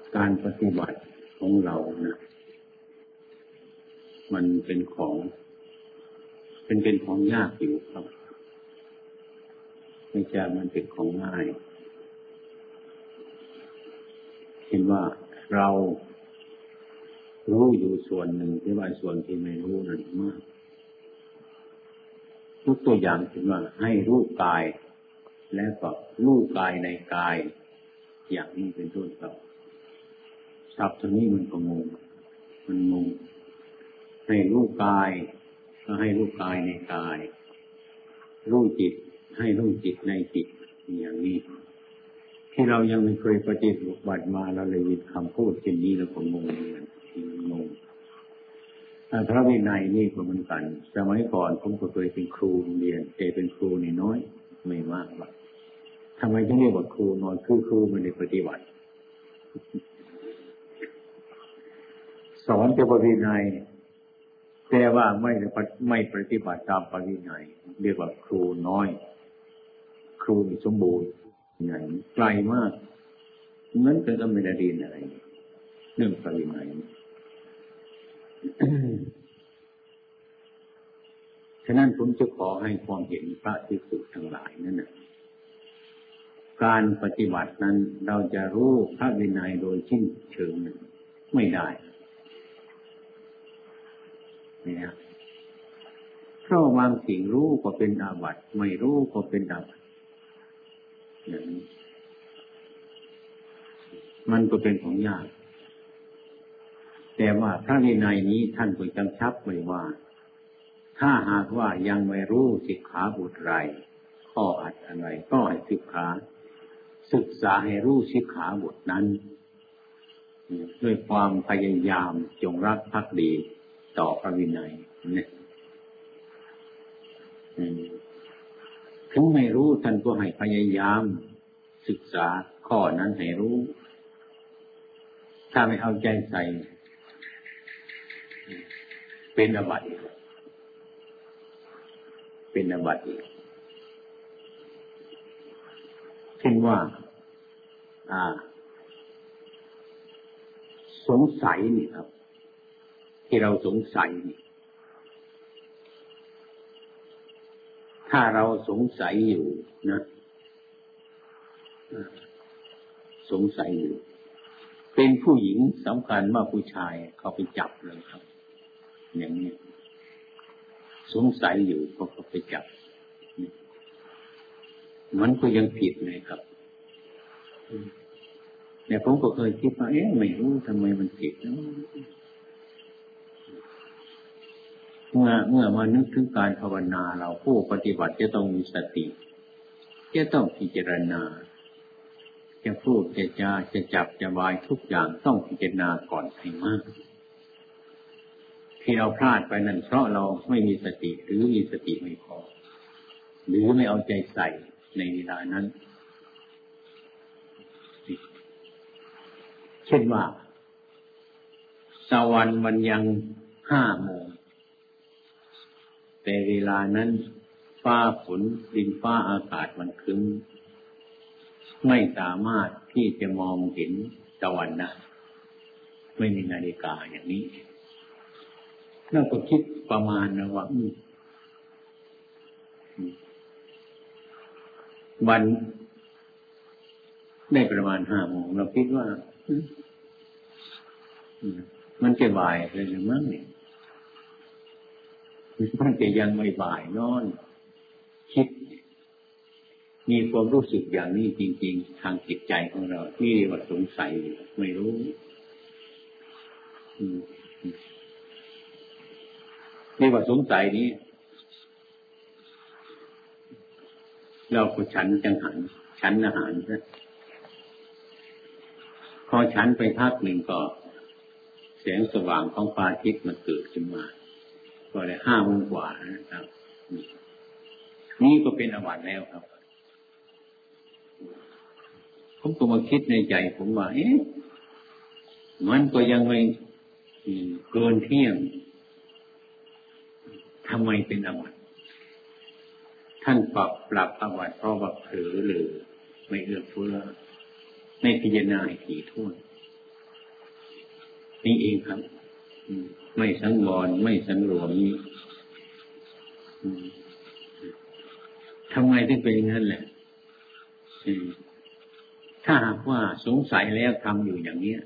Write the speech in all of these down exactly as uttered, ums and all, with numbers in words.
การปฏิบัติของเรานะมันเป็นของเป็นเป็นของยากอยู่ครับไม่ใช่มันเป็นของง่ายเห็นว่าเรารู้อยู่ส่วนหนึ่งที่ว่าส่วนที่ไม่รู้นั้นมากทุกตัวอย่างเห็นว่าให้รู้กายแล้วก็รู้กายในกายอย่างนี้เป็นต้นครับศัพท์ตัวนี้มันก็งงมันงงให้รู้กายก็ให้รู้กายในกายรู้จิตให้รู้จิตในจิตอย่างนี้ที่เรายังไม่เคยปฏิบัติมาเราเลยยินคำพูดเช่นนี้แล้วก็งงเหมือนงงพระวินัยนี่ก็เหมือนกันสมัยก่อนผมก็เคยเป็นครูเรียนแต่เป็นครูนี่น้อยไม่มากว่าทำไมถึงเรียกว่าครูน้อยคือครูไม่ได้ปฏิบัติสอนแต่พระวินัยแต่ว่าไม่ไม่ปฏิบัติตามพระวินัยเรียกว่าครูน้อยครูสมบูรณ์ใหญ่ไกลมากเหมือนกันก็ไม่ได้เรียนอะไรเรื่องพระวินัยฉะนั้นผมจะขอให้ความเห็นพระภิกษุทั้งหลายนั่นนะการปฏิบัตินั้นเราจะรู้พระวินัยโดยสิ้นเชิงไม่ได้เนี่ยเพราะบางสิ่งรู้ก็เป็นอาบัติไม่รู้ก็เป็นอาบัติอย่างนี้มันก็เป็นของยากแต่ว่าพระวินัยนี้ท่านก็กำชับไว้ว่าถ้าหากว่ายังไม่รู้สิกขาบทไรข้ออัดอะไรก็ให้ศึกษาศึกษาให้รู้สิกขาบทนั้นด้วยความพยายามจงรักภักดีต่อพระวินัยเนี่ยถึงไม่รู้ท่านก็ให้พยายามศึกษาข้อนั้นให้รู้ถ้าไม่เอาใจใส่เป็นอาบัติเป็นอาบัติอีกเช่นว่าอ่าสงสัยนี่ครับที่เราสงสัยนี่ถ้าเราสงสัยอยู่นะสงสัยอยู่เป็นผู้หญิงสำคัญว่าผู้ชายเขาไปจับเลยครับอย่างนี้สงสัยอยู่เขาก็ไปจับมันก็ยังผิดเลยครับแต่ผมก็เคยคิดว่าเอ๊ะไม่รู้ทำไมมันผิดเนาะเมื่อเมื่อมานึกถึงการภาวนาเราผู้ปฏิบัติจะต้องมีสติจะต้องพิจารณาจะพูดจะจาจะจับจะวายทุกอย่างต้องพิจารณาก่อนให้มากที่เราพลาดไปนั่นเพราะเราไม่มีสติหรือมีสติไม่พอหรือไม่เอาใจใส่ในเวลานั้นเช่นว่าตะวันมันยังห้าโมงแต่เวลานั้นฟ้าฝนดินฟ้าอากาศมันครึ้มไม่สามารถที่จะมองเห็นตะวันได้ไม่มีนาฬิกาอย่างนี้เราก็คิดประมาณนะว่าวันได้ประมาณห้าโมงเราคิดว่ามันจะบ่ายเลยหรือมั้งเนี่ยมันจะยังไม่บ่ายนอนคิดมีความรู้สึกอย่างนี้จริงๆทางจิตใจของเราที่เรียกว่าสงสัยไม่รู้เรียกว่าสงสัยนี้เราก็ฉันจังหันฉันอาหารนะพอฉันไปพักหนึ่งก็แสงสว่างของพระอาทิตย์มันเกิดขึ้นมาก็ได้ห้าโมงกว่านะครับนี่ก็เป็นอาบัติแล้วครับผมก็มาคิดในใจผมว่าเอ๊ะมันก็ยังไม่เกินเที่ยงทำไมเป็นอาบัติท่านปรับปรับอาบัติเพราะว่าเผลอหรือไม่เอื้อเฟื้อไม่พิจารณาให้ถี่ถ้วนนี่เองครับไม่สังวรไม่สังรวมนี้ทำไมถึงเป็นอย่างนั้นแหละถ้าหากว่าสงสัยแล้วทำอยู่อย่างนี้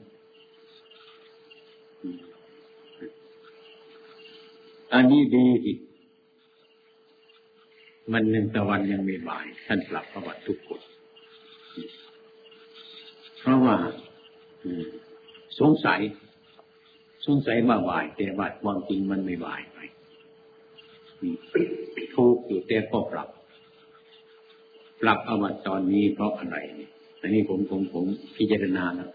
อันนี้ดีอีกมันหนึ่งตะวันยังไม่บ่ายท่านปรับประวัติทุกคนเพราะว่าสงสัยสงสัยว่าบ่ายแต่ว่าความจริงมันไม่บ่ายไปทุกอยู่แต่ก็ปรับปรับอวัตตอนนี้เพราะอะไรอันนี้ผมผมผมพิจารณาแล้ว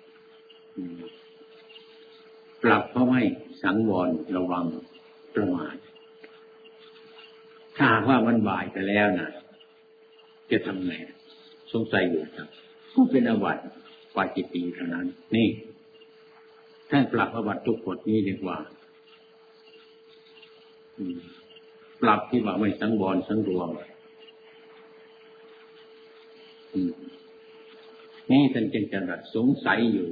ปรับเพราะให้สังวรระวังประมาทถ้าว่ามันบ่ายไปแล้วนะจะทำไงสงสัยอยู่ครับก็เป็นอวัตปาจิตตีเท่านั้นนี่ท่านปรับอวัตทุกกฎนี้ดีกว่าปรับที่ว่าไม่สังวรสังรวมนี่ท่านจึงจะรัดสงสัยอยู่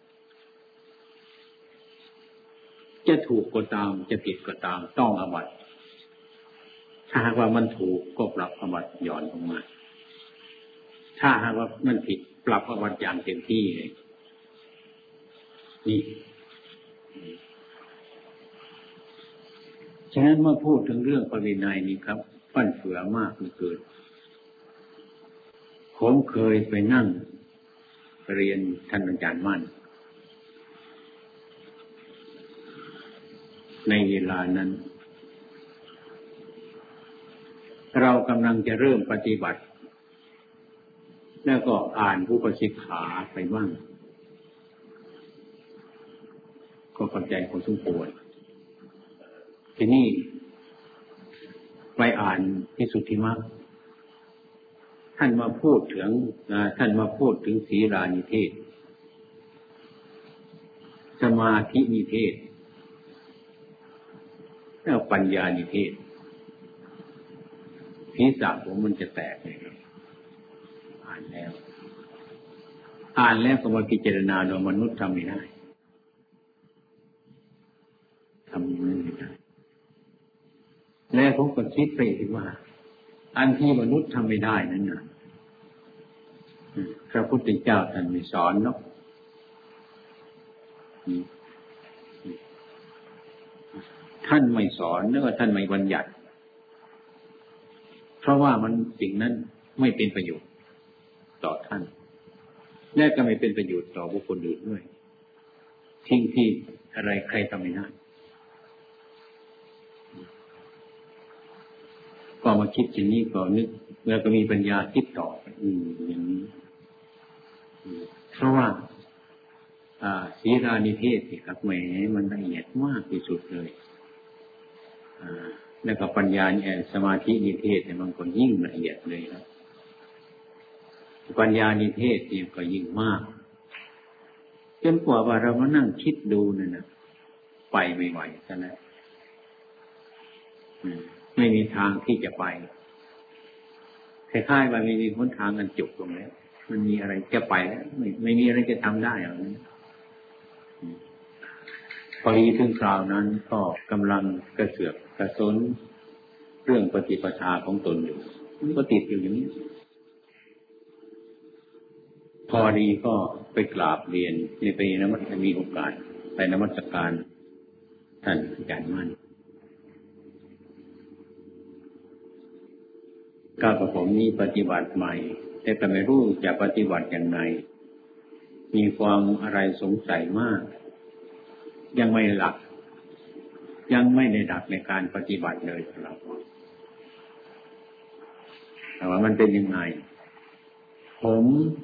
จะถูกก็ตามจะผิดก็ตามต้องอบัติถ้าหากว่ามันถูกก็ปรับอบัติหย่อนลงมาถ้าหากว่ามันผิดปรับอบัติอย่างเต็มที่เลยนี่ฉะนั้นเมื่อพูดถึงเรื่องปรินัยนี้ครับฟั่นเฟือมากเกินผมเคยไปนั่งเรียนท่านอาจารย์มั่นในเวลานั้นเรากำลังจะเริ่มปฏิบัติแล้วก็อ่านผู้ประสิทธิ์ขาไปบ้างก็เข้าใจพอสมควรทีนี้ไปอ่านวิสุทธิมรรคท่านมาพูดถึงท่านมาพูดถึงศีลานิเทศสมาธินิเทศแล้วปัญญานิเทศศีรษะผมมันจะแตกเลยอ่านแล้วอ่านแล้วก็มาพิจารณาโดยมนุษย์ทำไม่ได้ทำไม่ได้แล้วผมก็คิดไปอีกว่าอันที่มนุษย์ทำไม่ได้นั้นนะพระพุทธเจ้าท่านไม่สอนเนาะท่านไม่สอนแล้วก็ท่านไม่บัญญัติเพราะว่ามันสิ่งนั้นไม่เป็นประโยชน์ต่อท่านและก็ไม่เป็นประโยชน์ต่อบุคคลอื่นด้วยทิ้งที่อะไรใครทำไม่ได้ก็มาคิดอย่างนี้ก็นึกแล้วก็มีปัญญาคิดต่ออืมอย่างนี้เพราะว่าอ่าศีลานิเทศสิครับแหมมันละเอียดมากที่สุดเลยอ่าแล้วก็ปัญญาเนี่ยสมาธินิเทศเนี่ยมันก็ยิ่งละเอียดเลยครับปัญญานิเทศนี่ก็ยิ่งมากจนกว่าว่าเรามานั่งคิดดูนั่นน่ะไปไม่ไหวซะแล้วอืมไม่มีทางที่จะไปคล้ายๆว่าไม่มีหนทางอันจบลงแล้วมันมีอะไรจะไปแล้วไม่ไม่มีอะไรจะทำได้อย่างนั้นพอดีถึงคราวนั้นก็กำลังกระเสือกกระสนเรื่องปฏิปทาของตนอยู่มันก็ติดอยู่อย่างนี้พอดีก็ไปกราบเรียนในไปนมัสมีโอกาสไปนมัสการท่านอาจารย์มั่นก้าวกับผมนี้ปฏิบัติใหม่แต่ก็ไม่รู้จะปฏิบัติอย่างไรมีความอะไรสงสัยมากยังไม่หลักยังไม่ได้ดักในการปฏิบัติเลยครับแต่ว่ามันเป็นยังไงผม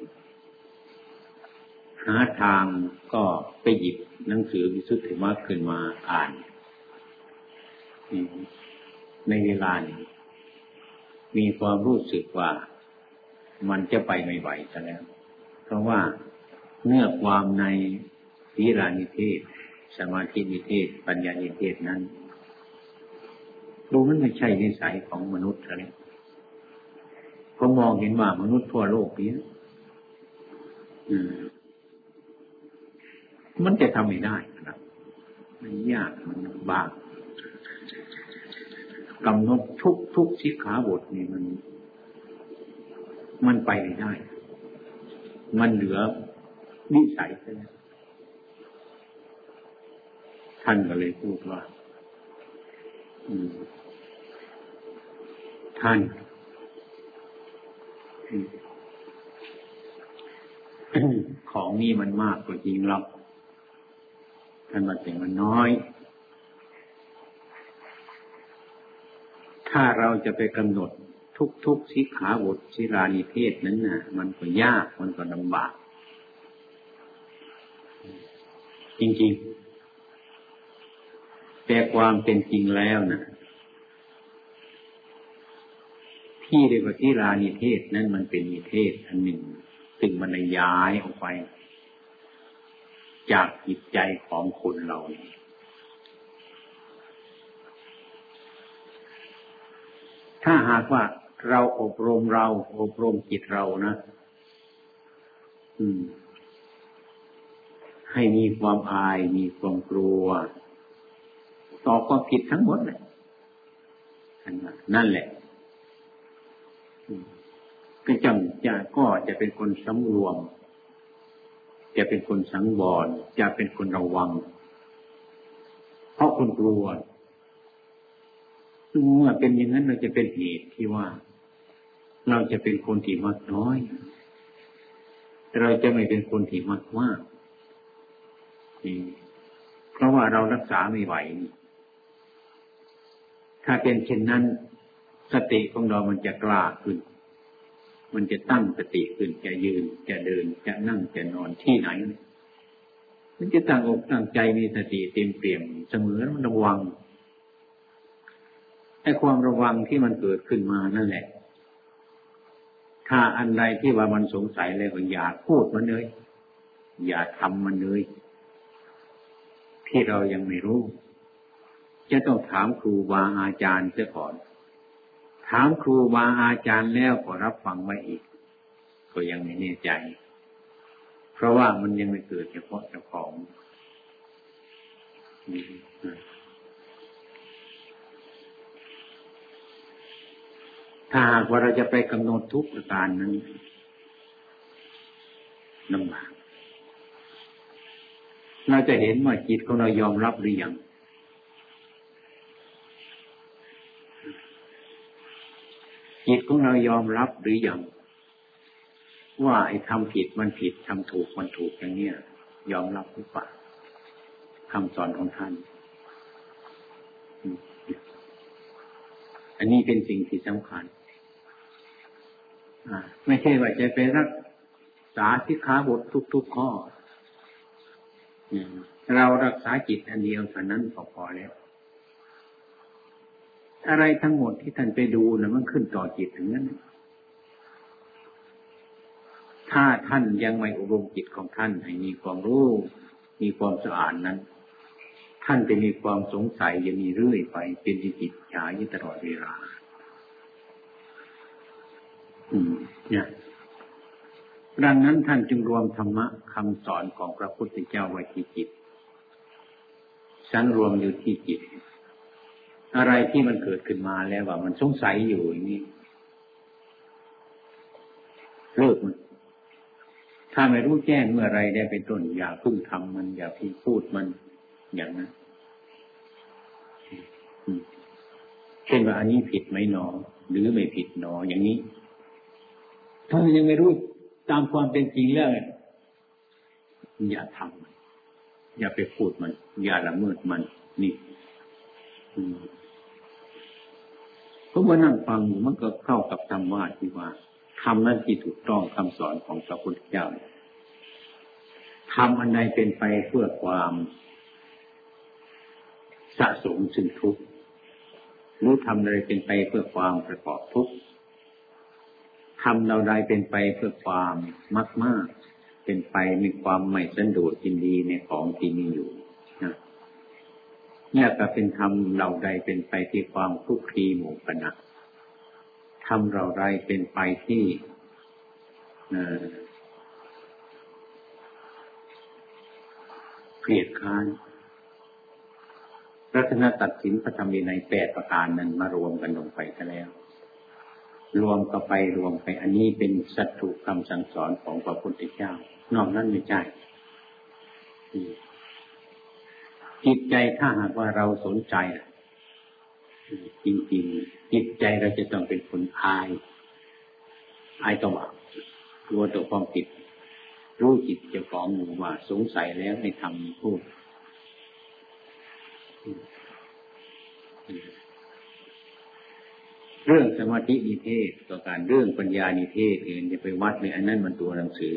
หาทางก็ไปหยิบหนังสือวิสุทธิมรรคขึ้นมาอ่านในเวลานี้มีความรู้สึกว่ามันจะไปไม่ไหวซะแล้วเพราะว่าเนื้อความในศีลานิเทศสมาธินิเทศปัญญานิเทศนั้นดูมันไม่ใช่นิสัยของมนุษย์เลยผมมองเห็นว่ามนุษย์ทั่วโลกนี้มันจะทำไม่ได้อะไรมันยากมันลำบากกำหนดทุกทุกสิกขาบทนี่มันมันไปไม่ได้มันเหลือนิสัยไปแล้วท่านก็เลยพูดว่าท่านของนี่มันมากกว่าจริงหรอกท่านว่าแต่มันน้อยถ้าเราจะไปกำหนดทุกๆสิกขาบทสิรานิเทศนั้นน่ะมันก็ยากมันก็ลำบากจริงๆแต่ความเป็นจริงแล้วนะที่เรียกว่าสิรานิเทศนั้นมันเป็นนิเทศอันหนึ่งซึ่งมันย้ายออกไปจากจิตใจของคนเราถ้าหากว่าเราอบรมเราอบรมจิตเรานะอืมให้มีความอายมีความกลัวต่อความผิดทั้งหมดเลยนั่นแหละก็จำจะก็จะเป็นคนสำรวมจะเป็นคนสังวรจะเป็นคนระวังเพราะคนกลัวเมื่อเป็นอย่างนั้นเราจะเป็นเหตุที่ว่าเราจะเป็นคนที่มักน้อยแต่เราจะไม่เป็นคนที่มักมากเพราะว่าเรารักษาไม่ไหวถ้าเป็นเช่นนั้นสติของเรามันจะกล้าขึ้นมันจะตั้งสติขึ้นจะยืนจะเดินจะนั่งจะนอนที่ไหนมันจะตั้งอกตั้งใจมีสติเต็มเปี่ยมเสมอมันระวังไอ้ความระวังที่มันเกิดขึ้นมานั่นแหละถ้าอันใดที่ว่ามันสงสัยเลยก็อย่าพูดมันเลยอย่าทำมันเลยที่เรายังไม่รู้จะต้องถามครูบาอาจารย์เสียก่อนถามครูบาอาจารย์แล้วก็รับฟังไว้อีกก็ยังไม่แน่ใจเพราะว่ามันยังไม่เกิดเฉพาะเจ้าของถ้าหากว่าเราจะไปกำหนดทุกประการนั้นลำบากเราจะเห็นว่าจิตของเรายอมรับหรือยังจิตของเรายอมรับหรือยังว่าไอ้ทำผิดมันผิดทำถูกมันถูกอย่างเนี้ยยอมรับหรือเปล่าคำสอนของท่านอันนี้เป็นสิ่งที่สำคัญไม่ใช่ว่าจะไปรักษาสิกขาบททุกๆข้อเรารักษาจิตอันเดียวเท่านั้นพอแล้วอะไรทั้งหมดที่ท่านไปดูนะมันขึ้นต่อจิตถึงนั้นถ้าท่านยังไม่อบรมจิตของท่านให้มีความรู้มีความสะอาดนั้นท่านจะมีความสงสัยจะมีเรื่อยไปเป็นจิตฉาอยู่ตลอดเวลาอืมเนี่ยดังนั้นท่านจึงรวมธรรมะคำสอนของพระพุทธเจ้าไว้ที่จิตสังรวมอยู่ที่จิตอะไรที่มันเกิดขึ้นมาแล้วว่ามันสงสัยอยู่อย่างนี้เลิกมันถ้าไม่รู้แจ้งเมื่อไรได้เป็นต้นอย่าพึ่งทำมันอย่าพึ่งพูดมันอย่างนั้นเช่นว่าอันนี้ผิดไหมหนอหรือไม่ผิดหนออย่างนี้ถ้ายังไม่รู้ตามความเป็นจริงแล้วอย่าทำอย่าไปพูดมันอย่าละเมิดมันนี่เพราะว่านั่งฟังมันก็เข้ากับธรรมะที่ว่าทำนั้นที่ถูกต้องคำสอนของพระพุทธเจ้าทำอันใดเป็นไปเพื่อความสะสมซึ่งทุกข์หรือทำอะไรเป็นไปเพื่อความประกอบทุกข์ทำเราใดเป็นไปเพื่อความมากมากเป็นไปมีความไม่สันโดษยินดีในของที่มีอยู่นะเนี่ยก็เป็นธรรมเราใดเป็นไปที่ความคลุกคลีหมู่คณะทำเราใดเป็นไปที่เกลียดค้านรัตนตัดสินพระธรรมวินัยแปดประการนั้นมารวมกันลงไปซะแล้วรวมก็ไปรวมไปอันนี้เป็นสัตถุคำสั่งสอนของพระพุทธเจ้านอกนั้นไม่ใช่จิตใจถ้าหากว่าเราสนใจจริงๆจิตใจเราจะต้องเป็นคนอายอายต่อบาปกลัวต่อความผิดรู้จิตเจ้าของอยู่ว่าสงสัยแล้วให้ทำพูดเรื่องสมาธินิเทศต่อการเรื่องปัญญานิเทศเองจะไปวัดในอันนั้นมันตัวหนังสือ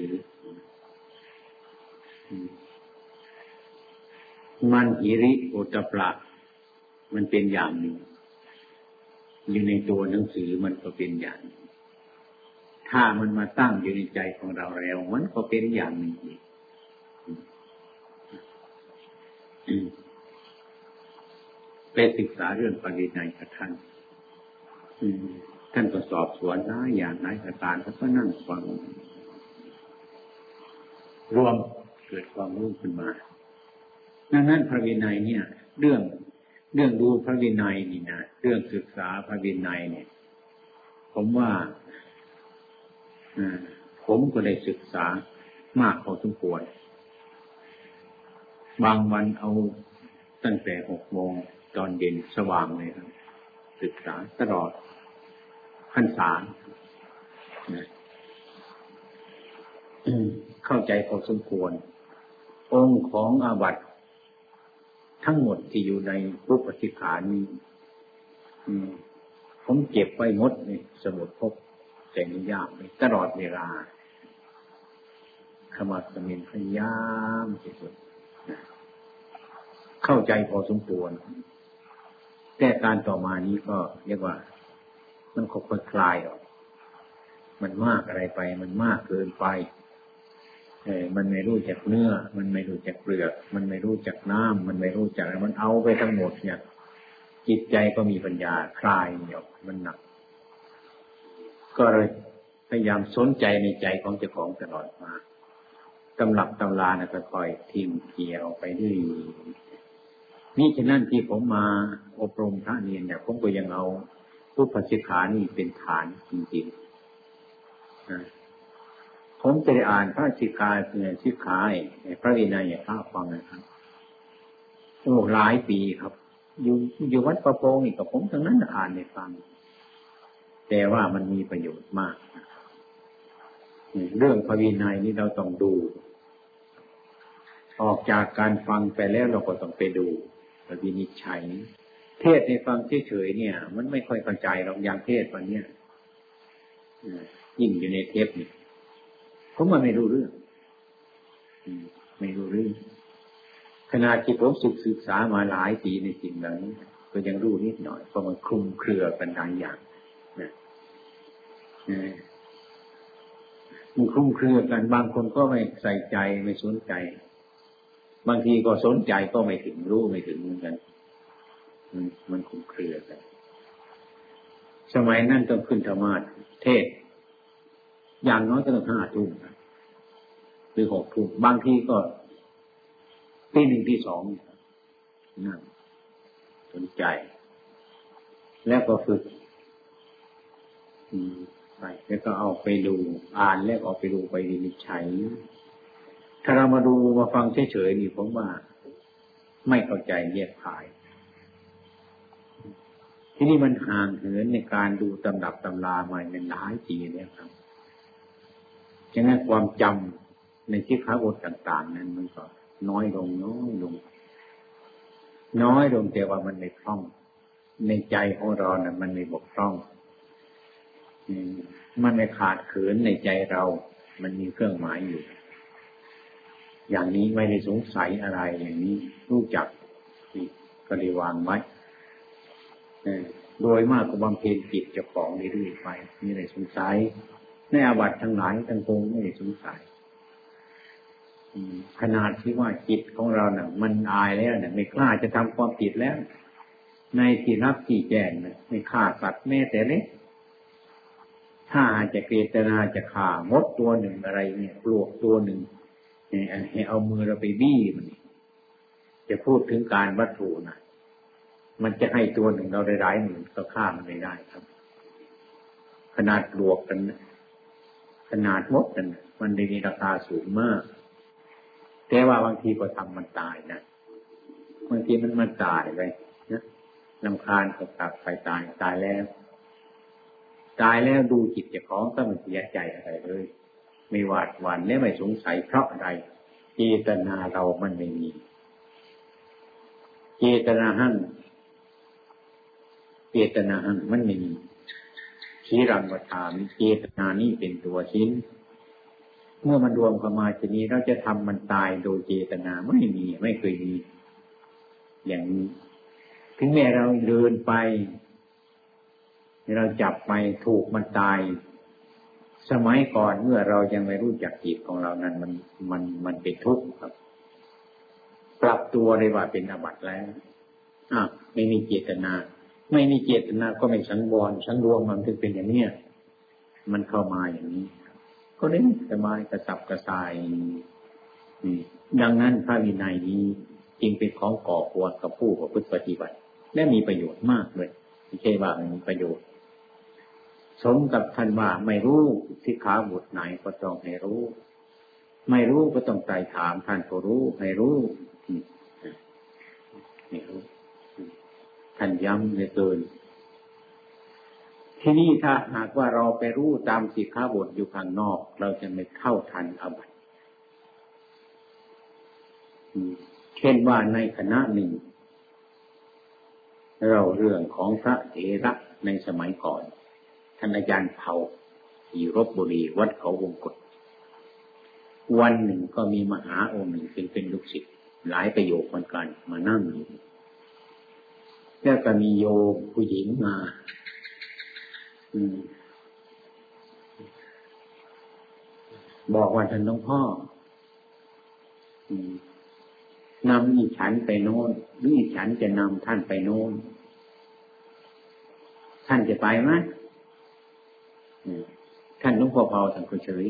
มันหิริโอตปะมันเป็นอย่างหนึ่งอยู่ในตัวหนังสือมันก็เป็นอย่างหนึ่งถ้ามันมาตั้งอยู่ในใจของเราแล้วมันก็เป็นอย่างหนึ่งอีกไปศึกษาเรื่องปรินัยกับท่านท่านก็สอบสวนนะอย่างไหนอาจารย์ก็นั่งฟังรวมเกิดความรู้ขึ้นมาดังนั้นพระวินัยเนี่ยเรื่องเรื่องดูพระวินัยนี่นะเรื่องศึกษาพระวินัยเนี่ยผมว่าผมก็ได้ศึกษามากพอสมควรบางวันเอาตั้งแต่หกโมงตอนเย็นสว่างเลยครับศึกษาตลอดพรรษาเข้าใจพอสมควรองค์ของอาบัติทั้งหมดที่อยู่ในรูปสิกขานี้ผมเก็บไว้หมดในสมุดพกแต่นิยามตลอดเวลาขมักเขม้นพยายามที่สุดเข้าใจพอสมควรแต่การต่อมานี้ก็เรียกว่ามันค่อยๆคลายออกมันมากอะไรไปมันมากเกินไปเออมันไม่รู้จักเนื้อมันไม่รู้จักเปลือกมันไม่รู้จักน้ำมันไม่รู้จักอะไรมันเอาไปทั้งหมดเนี่ยจิตใจก็มีปัญญาคลายออกมันหนักก็เลยพยายามสนใจในใจของเจ้าของตลอดมาตำรับตำรานะค่อยๆทิ่มเกี่ยวไปเรื่อยนี่ฉะนั้นที่ผมมาอบรมพระเนียนเนี่ยผมก็ยังเอารูปสิกขานี่เป็นฐานจริงๆนะผมจะได้อ่านพระสิกขาเนี่ยสิกขาพระวินัยเนี่ยพระฟังนะครับโอ้หลายปีครับอยู่อยู่วัดประโปงนี่กับผมทั้งนั้นอ่านในฟังแต่ว่ามันมีประโยชน์มากเรื่องพระวินัยนี่เราต้องดูออกจากการฟังไปแล้วเราก็ต้องไปดูไปวินิจฉัยเทศในฟังเฉยๆเนี่ยมันไม่ค่อยเข้าใจหรอกอย่างเทศวันเนี้ยยิ่งอยู่ในเทปนี่ผมมันไม่รู้เรื่องไม่รู้เรื่องขณะที่ผมศึกศึกษามาหลายปีในสิ่งเหล่านี้ก็ยังรู้นิดหน่อยเพราะมันคลุมเครือกันหลายอย่างนะมันคลุมเครือกันบางคนก็ไม่ใส่ใจไม่สนใจบางทีก็สนใจก็ไม่ถึงรู้ไม่ถึงเหมือนกันมันมันคลุมเครือกันสมัยนั้นต้องขึ้นธรรมาสเทศอย่างน้อยก็ต้องห้าทุ่มหรือหกทุ่มบางทีก็ตีหนึ่งตีสองนั่งสนใจแล้วก็ฝึกไปแล้วก็เอาไปดูอ่านแล้วเอาไปดูไปวินิจฉัยถ้าเรามาดูมาฟังเฉยๆนี่ผมว่าไม่เข้าใจแยกขายที่นี่มันห่างเหินในการดูตำรับตำรามาเป็นหลายปีแล้วครับฉะนั้นความจำในที่พระบทต่างๆนั้นมันก็น้อยลงน้อยลงน้อยลงแต่ว่ามันไม่คล่องในใจของเราเนี่ยมันไม่บกพร่องมันไม่ขาดเขินในใจเรามันมีเครื่องหมายอยู่อย่างนี้ไม่ได้สงสัยอะไรอย่างนี้รู้จักก็ได้วางไว้โดยมากก็บำเพ็ญจิตเจ้าของเรื่อยๆไปไม่ได้สงสัยในอาบัติทั้งหลายทั้งปวงไม่ได้สงสัยขนาดที่ว่าจิตของเราเนี่ยมันอายแล้วเนี่ยไม่กล้าจะทำความผิดแล้วในที่รับที่แจ้งเนี่ยไม่ฆ่าสัตว์แม้แต่เล็กถ้าจะเจตนาจะฆ่ามดตัวหนึ่งอะไรเนี่ยปลวกตัวหนึ่งให้เอามือเราไปบี้มันจะพูดถึงการวัตถุนะมันจะให้ตัวหนึ่งเราได้หลายหมื่นก็ฆ่ามันไม่ได้ครับขนาดปลวกกันขนาดมดกันมันได้มีราคาสูงมากแต่ว่าบางทีก็ทำมันตายนะบางทีมันมันตายไปนะรำคาญก็กลับไปตายตายแล้วตายแล้วดูจิตเจ้าของก็ไม่เสียใจอะไรเลยไม่หวาดหวั่นและไม่สงสัยเพราะอะไรเจตนาเรามันไม่มีเจตนาหั่นเจตนาหั่นมันไม่มีชี้รังวัฏฐานเจตนานี่เป็นตัวชิ้นเมื่อมันรวมเข้ามาทีนี้เราจะทำมันตายโดยเจตนาไม่มีไม่เคยมีอย่างนี้ถึงแม้เราเดินไปเราจับไปถูกมันตายสมัยก่อนเมื่อเรายังไม่รู้จักจิตของเรานั้นมันมันมันเป็นทุกข์ครับปรับตัวเลยว่าเป็นอาบัติแล้วอ่ะไม่มีเจตนาไม่มีเจตนาก็ไม่สังวรสังรวมมันถึงเป็นอย่างนี้มันเข้ามาอย่างนี้ก็ได้สบายกระสับกระส่ายดังนั้นพระวินัยนี้จึงเป็นของก่อควรกับผู้ประพฤติปฏิบัติและมีประโยชน์มากเลยไม่ใช่ว่าไม่มีประโยชน์สมกับท่านว่าไม่รู้สิกขาบทไหนก็ต้องให้รู้ไม่รู้ก็ต้องไต่ถามท่านผู้รู้ให้รู้ให้รู้ท่านย้ำเหลือเกินที่นี่ถ้าหากว่าเราไปรู้ตามสิกขาบทอยู่ข้างนอกเราจะไม่เข้าทันอาบัติเช่นว่าในคณะหนึ่งเราเรื่องของพระเถระในสมัยก่อนท่านอาจารย์เผาอยู่ลพบุรีวัดเขาวงกฏวันหนึ่งก็มีมหาองค์หนึ่งเป็นเป็นลูกศิษย์หลายประโยคเหมือนกันมานั่งอยู่แล้วก็มีโยมผู้หญิงมาบอกว่าท่านหลวงพ่อนำอีฉันไปโน่นหรืออีฉันจะนำท่านไปโน่นท่านจะไปไหมท่านหลวงพ่อเผาท่านก็เฉย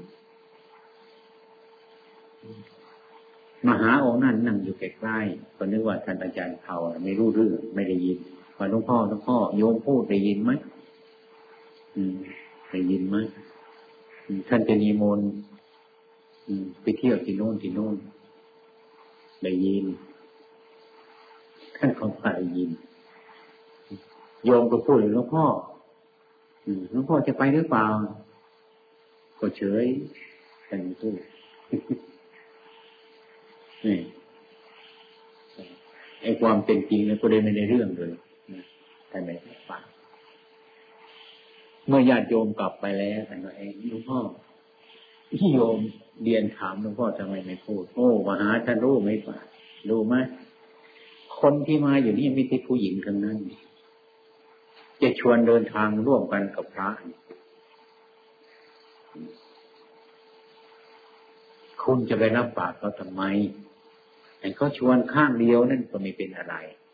มหาองค์นั้นนั่งอยู่ใกล้ๆก็นึกว่าท่านอาจารย์เผาไม่รู้เรื่องไม่ได้ยินว่าหลวงพ่อหลวงพ่อโยมพูดได้ยินไหมได้ยินไหมท่านจะนิมนต์ไปเที่ยวที่โน่นที่โน่นได้ยินท่านของฝ่ายได้ยินโยมก็พูดหลวงพ่อหลวงพ่อจะไปหรือเปล่าก็เฉยท่านพูดนี่ไอ้ความเป็นจริงเนี่ยก็ได้ไม่ได้เรื่องเลยท่านไม่ฟังเมื่อญาติโยมกลับไปแล้วท่านก็เองหลวงพ่อที่โยมเรียนถามหลวงพ่อทำไมไม่พูดโอ้มหาท่านรู้ไหมป่ะรู้ไหมคนที่มาอยู่นี่ไม่ใช่ผู้หญิงทั้งนั้นจะชวนเดินทางร่วมกันกับพระคุณจะไปรับปากเขาทำไมแต่เขาชวนข้างเดียวนั่นก็ไม่เป็นอะไร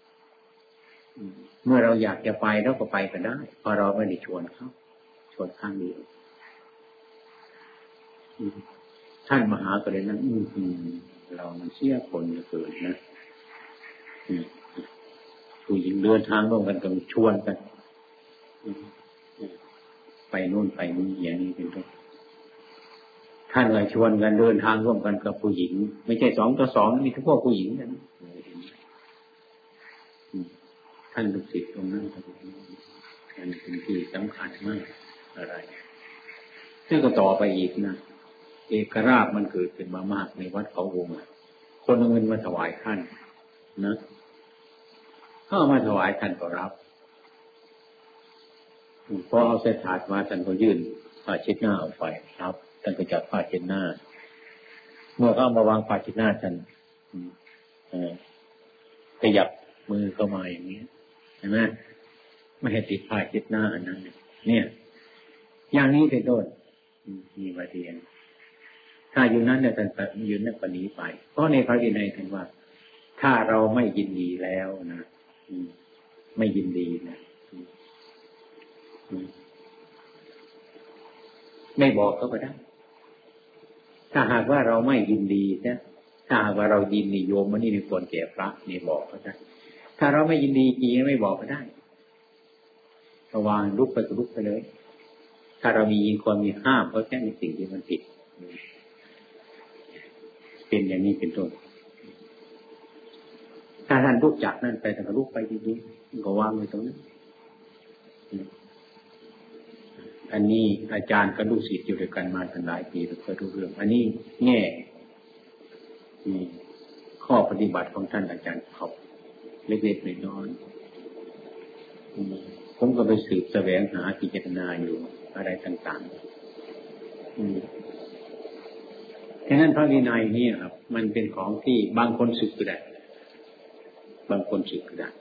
เมื่อเราอยากจะไปเราก็ไปกันได้เพราะเราไม่ได้ชวนเขาชวนข้างเดียวท่านมหาก็เลยนั่งอืมเรามันเสียคนเหลือเกินนะผู้หญิงเดินทางร่วมกันก็ชวนกันไปโน่นไปนี่อย่างนี้เป็นต้นท่านเลยชวนกันเดินทางร่วมกันกับผู้หญิงไม่ใช่สองต่อสองมีทั้งพวกผู้หญิงนะท่านลูกศิษย์ตรงนั้นท่านเป็นที่สำคัญมากอะไรซึ่งก็ต่อไปอีกนะเอกราชมันเกิดขึ้นมามากในวัดเขาวงคนเอาเงินมาถวายท่านนะเขาเอามาถวายท่านก็รับพอเอาเศษถาดมาท่านก็ยื่นผ้าเช็ดหน้าออกไปครับท่านก็จับผ้าเช็ดหน้าเมื่อเขาเอามาวางผ้าเช็ดหน้าท่านขยับมือเข้ามาอย่างนี้เห็นไหมไม่ให้ติดผ้าเช็ดหน้าอันนั้นเนี่ยอย่างนี้เป็นต้นมีมาเรียนถ้าอยู่นั้นเนี่ยท่านยืนนั่นปณีไปเพราะในพระวินัยท่านว่าถ้าเราไม่ยินดีแล้วนะไม่ยินดีนะไม่บอกก็ได้ถ้าหากว่าเราไม่ยินดีนะถ้าหากว่าเรายินดีโยมมันนี่ในควรแก่พระนี่บอกก็ได้ถ้ถ้าเราไม่ยินดีจริงไม่บอกก็ได้ระวังลุกไปก็ลุกไปเลยถ้าเรามียินความมีห้ามเพราะแค่ในสิ่งที่มันผิดเป็นอย่างนี้เป็นต้นถ้าท่านลุกจากนั่นไปแต่ก็ลุกไปดีๆก็วางไว้ตรงนั้นอันนี้อาจารย์กับลูกศิษย์อยู่ด้วยกันมาตั้งหลายปีแล้วเคยรู้เรื่องอันนี้แง่ข้อปฏิบัติของท่านอาจารย์เขาเล็กๆน้อยๆผมก็ไปสืบแสวงหาพิจารณาอยู่อะไรต่างๆฉะนั้นพระวินัยนี่ครับมันเป็นของที่บางคนสึกก็ได้บางคนสึกก็ได้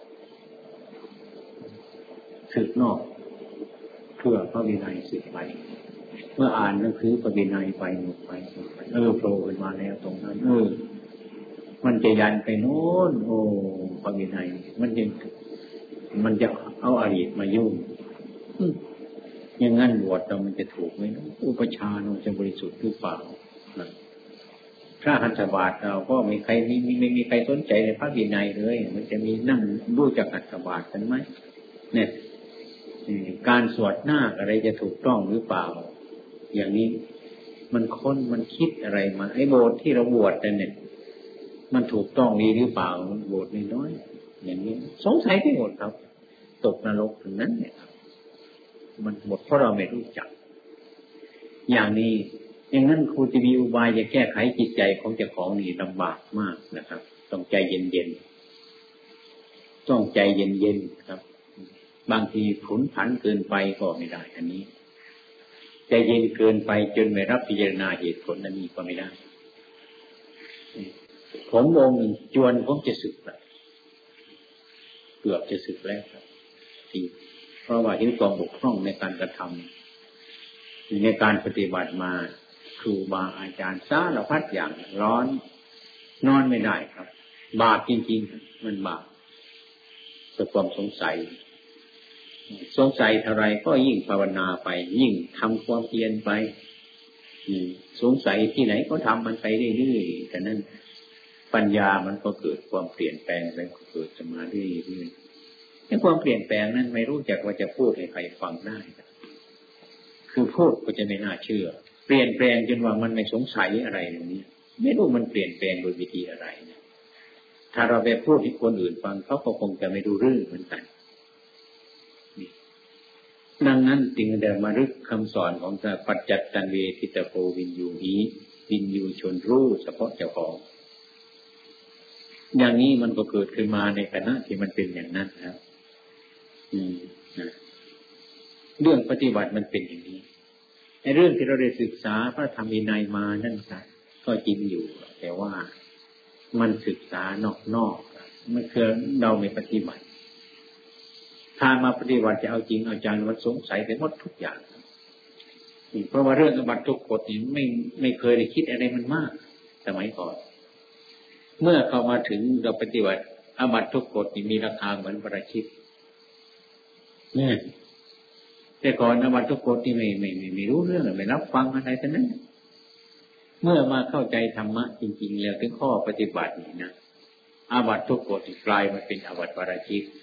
สึกนอกเพื่อพระวินัยสึกไปเมื่ออ่านหนังสือพระวินัยไปหมดไปหมดไปเออโผล่ขึ้นมาแล้วตรงนั้นเออมันจะยันไปโน้นโอ้พระวินัยมันจะมันจะเอาอดีตมายุ่งอย่างงั้นบวชเรามันจะถูกไหมอุปชาเราจะบริสุทธิ์หรือเปล่าพระหัตถบาทเราก็ไม่ใครไม่ไม่มีใครสนใจในพระวินัยเลยมันจะมีนั่งรู้จักหัตถบาทกันไหมเนี่ยการสวดหน้าอะไรจะถูกต้องหรือเปล่าอย่างนี้มันค้นมันคิดอะไรมาไอ้โบสถ์ที่เราบวชเนี่ยมันถูกต้องดีหรือเปล่าโบสถ์น้อยๆอย่างนี้สงสัยไปหมดครับตกนรกถึงนั้นเนี่ยมันหมดเพราะเราไม่รู้จักอย่างนี้อย่างนั้นครูจะมีอุบายจะแก้ไขจิตใจของเจ้าของนี่ลำบากมากนะครับต้องใจเย็นๆต้องใจเย็นๆครับบางทีผุนผันเกินไปก็ไม่ได้อันนี้ใจเย็นเกินไปจนไม่รับพิจารณาเหตุผลอันนี้ก็ไม่ได้ผมองค์จวนผมจะสึกแล้วเกือบจะสึกแล้วครับที่เพราะว่าเห็นความบกพร่องในการกระทำในการปฏิบัติมาครูบาอาจารย์สารพัดอย่างร้อนนอนไม่ได้ครับบาปจริงๆมันบาปเกิดความสงสัยสงสัยเท่าไรก็ยิ่งภาวนาไปยิ่งทำความเพียรไปสงสัยที่ไหนก็ทำมันไปเรื่อยๆแต่นั้นปัญญามันก็เกิดความเปลี่ยนแปลงไปเกิดจะมาเรื่อยๆในความเปลี่ยนแปลงนั้นไม่รู้จักว่าจะพูดให้ใครฟังได้คือพูดก็จะไม่น่าเชื่อเปลี่ยนแปลงจนว่ามันไม่สงสัยอะไรอย่างนี้ไม่รู้มันเปลี่ยนแปลงโดยวิธีอะไรนะถ้าเราไปพูดให้คนอื่นฟังเขาก็คงจะไม่รู้เรื่องเหมือนกันดังนั้นจึงได้มารึกคำสอนของพระปัจจัตตันเวทิตโพวินยูหิวินยูชนรู้เฉพาะเจ้าของอย่างนี้มันก็เกิดขึ้นมาในขณะที่มันเป็นอย่างนั้นครับอืมนะเรื่องปฏิบัติมันเป็นอย่างนี้ในเรื่องที่เราได้ศึกษาพระธรรมวินัยมานั่นก็จริงอยู่แต่ว่ามันศึกษานอกๆมันคือเราไม่ปฏิบัติถ้ามาปฏิบัติจะเอาจริงเอาจังมันสงสัยไปหมดทุกอย่างเพราะว่าเรื่องอบัติทุกกฎนี่ไม่ไม่เคยได้คิดอะไรมันมากสมัยก่อนเมื่อเข้ามาถึงเราปฏิบัติอบัติทุกกฎนี่มีราคาเหมือนประชิตเนี่ยแต่ก่อนอบัติทุกกฎนี่ไม่ไม่ไม่ไม่รู้เรื่องไม่รับฟังอะไรทั้งนั้นเมื่อมาเข้าใจธรรมะจริงๆแล้วถึงข้อปฏิบัตินี่นะอาบัติทุกกฎกลายมาเป็นอาบัติปาราชิก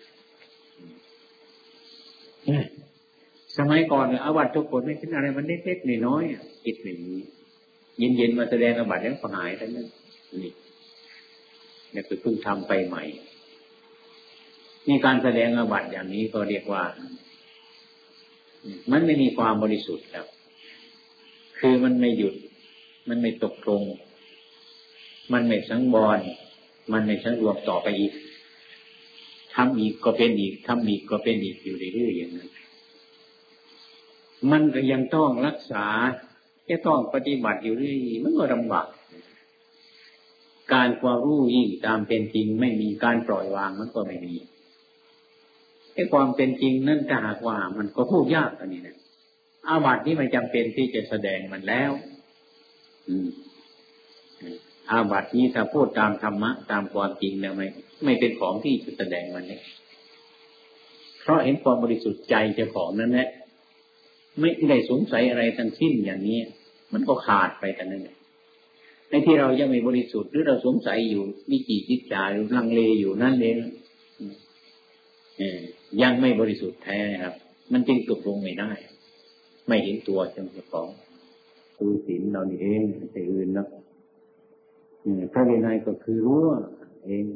สมัยก่อนเนี่ยอาบัติทุกกฎไม่เป็นอะไรมันเล็กๆน้อยๆคิดอย่างนี้เย็นๆมาแสดงอาบัติแล้วก็หายทั้งนั้นนี่เนี่ยคือเพิ่งทำไปใหม่มีการแสดงอาบัติอย่างนี้ก็เรียกว่ามันไม่มีความบริสุทธิ์แล้วคือมันไม่หยุดมันไม่ตกลงมันไม่สังวรมันไม่สังรวมต่อไปอีกทำอีกก็เป็นอีกทำอีกก็เป็นอีกอยู่เรื่อยๆอย่างนั้นมันก็ยังต้องรักษาจะต้องปฏิบัติอยู่เรื่อยมันก็ลำบากการความรู้ยิ่งตามเป็นจริงไม่มีการปล่อยวางมันก็ไม่มีไอ้ความเป็นจริงนั่นถ้าหากว่ามันก็พูดยากอันนี้นะอาบัตินี้ไม่จำเป็นที่จะแสดงมันแล้วอืมอาบัตินี้ถ้าพูดตามธรรมะตามความจริงแล้วไม่ไม่เป็นของที่จะแสดงมันเนี่ยเพราะเห็นความบริสุทธิ์ใจเจ้าของนั้นแหละไม่ได้สงสัยอะไรทั้งสิ้นอย่างนี้มันก็ขาดไปแต่นั้นในที่เรายังไม่บริสุทธิ์หรือเราสงสัยอยู่วิจิตรจิตจาหรือลังเลอยู่นั่นเองเออยังไม่บริสุทธิ์แท้ครับมันจึงตกลงไม่ได้ไม่เห็นตัวเจ้าของคือศีลเรานี่เองไม่ใช่อื่นนะพระวินัยก็คือรู้เอง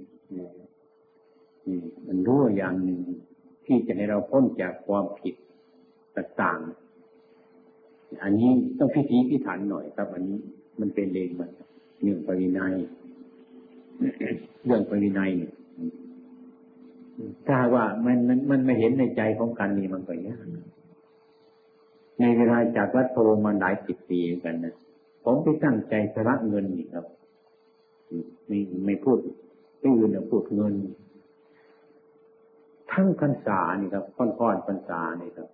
มันรู้อย่างหนึ่งที่จะให้เราพ้นจากความผิดต่างๆอันนี้ต้องพิถีพิถันหน่อยครับอันนี้มันเป็นเองมันเรื่องพระวินัยเรื่องพระวินัยเนี่ยถ้าว่ามันมันมันไม่เห็นในใจของกันนี่มันก็ยากในเวลาจากวัดโทมาหลายสิบปีกันนะผมไปตั้งใจสละเงินนี่ครับไม่ไม่พูดไม่อื่นนะพูดเงินทั้งพรรษานี่ครับค่อนๆพรรษานี่ครับ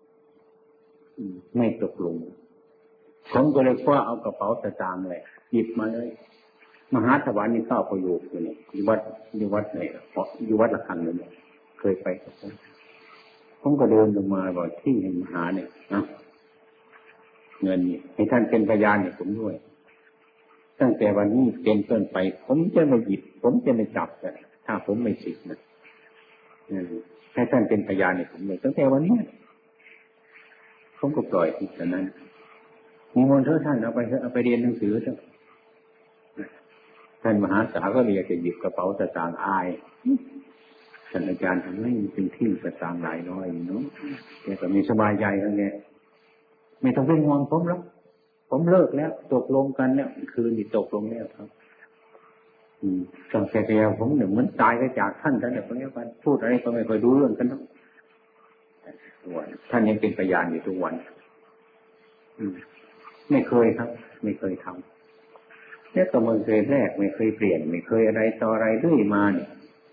ไม่ตกลงผมก็เลยคว้าเอากระเป๋าสตางค์เลยหยิบมาเลยมหาถวายนี่เข้าประโยคอยู่นี่อยู่วัดอยู่วัดไหนอยู่วัดละคังเลยเนี่ยเคยไปกับผมผมก็เดินลงมาบอกที่มหาเนี่ยนะเงินนี่ให้ท่านเป็นพยานเนี่ยผมด้วยตั้งแต่วันนี้เป็นต้นไปผมจะไม่หยิบผมจะไม่จับเลยถ้าผมไม่สิทธิ์นะให้ท่านเป็นพยานเนี่ยผมเลยตั้งแต่วันนี้ผมก็ปล่อยที่นั้นมีมนต์เถอะท่านเอาไปเอาไปเรียนหนังสือเถอะท่านมหาสาก็เลยจะหยิบกระเป๋าสตางค์อายท่านอาจารย์ทำให้เป็นที่สตางค์หลายน้อยเนาะแกก็มีสบายใจแล้วเนี่ยไม่ต้องเป็นห่วงผมแล้วผมเลิกแล้วตกลงกันแล้วคืนนี้ตกลงแล้วครับอืมตั้งแต่เดียวผมเนี่ยเหมือนตายไปจากท่านท่านเนี่ยคนนี้กันพูดอะไรก็ไม่ค่อยรู้เรื่องกันทั้งวันท่านยังเป็นพยานอยู่ทุกวันอืมไม่เคยครับไม่เคยทำแล้วก็มันเคยแรกไม่เคยเปลี่ยนไม่เคยอะไรต่ออะไรเรื่อยมาเนี่ย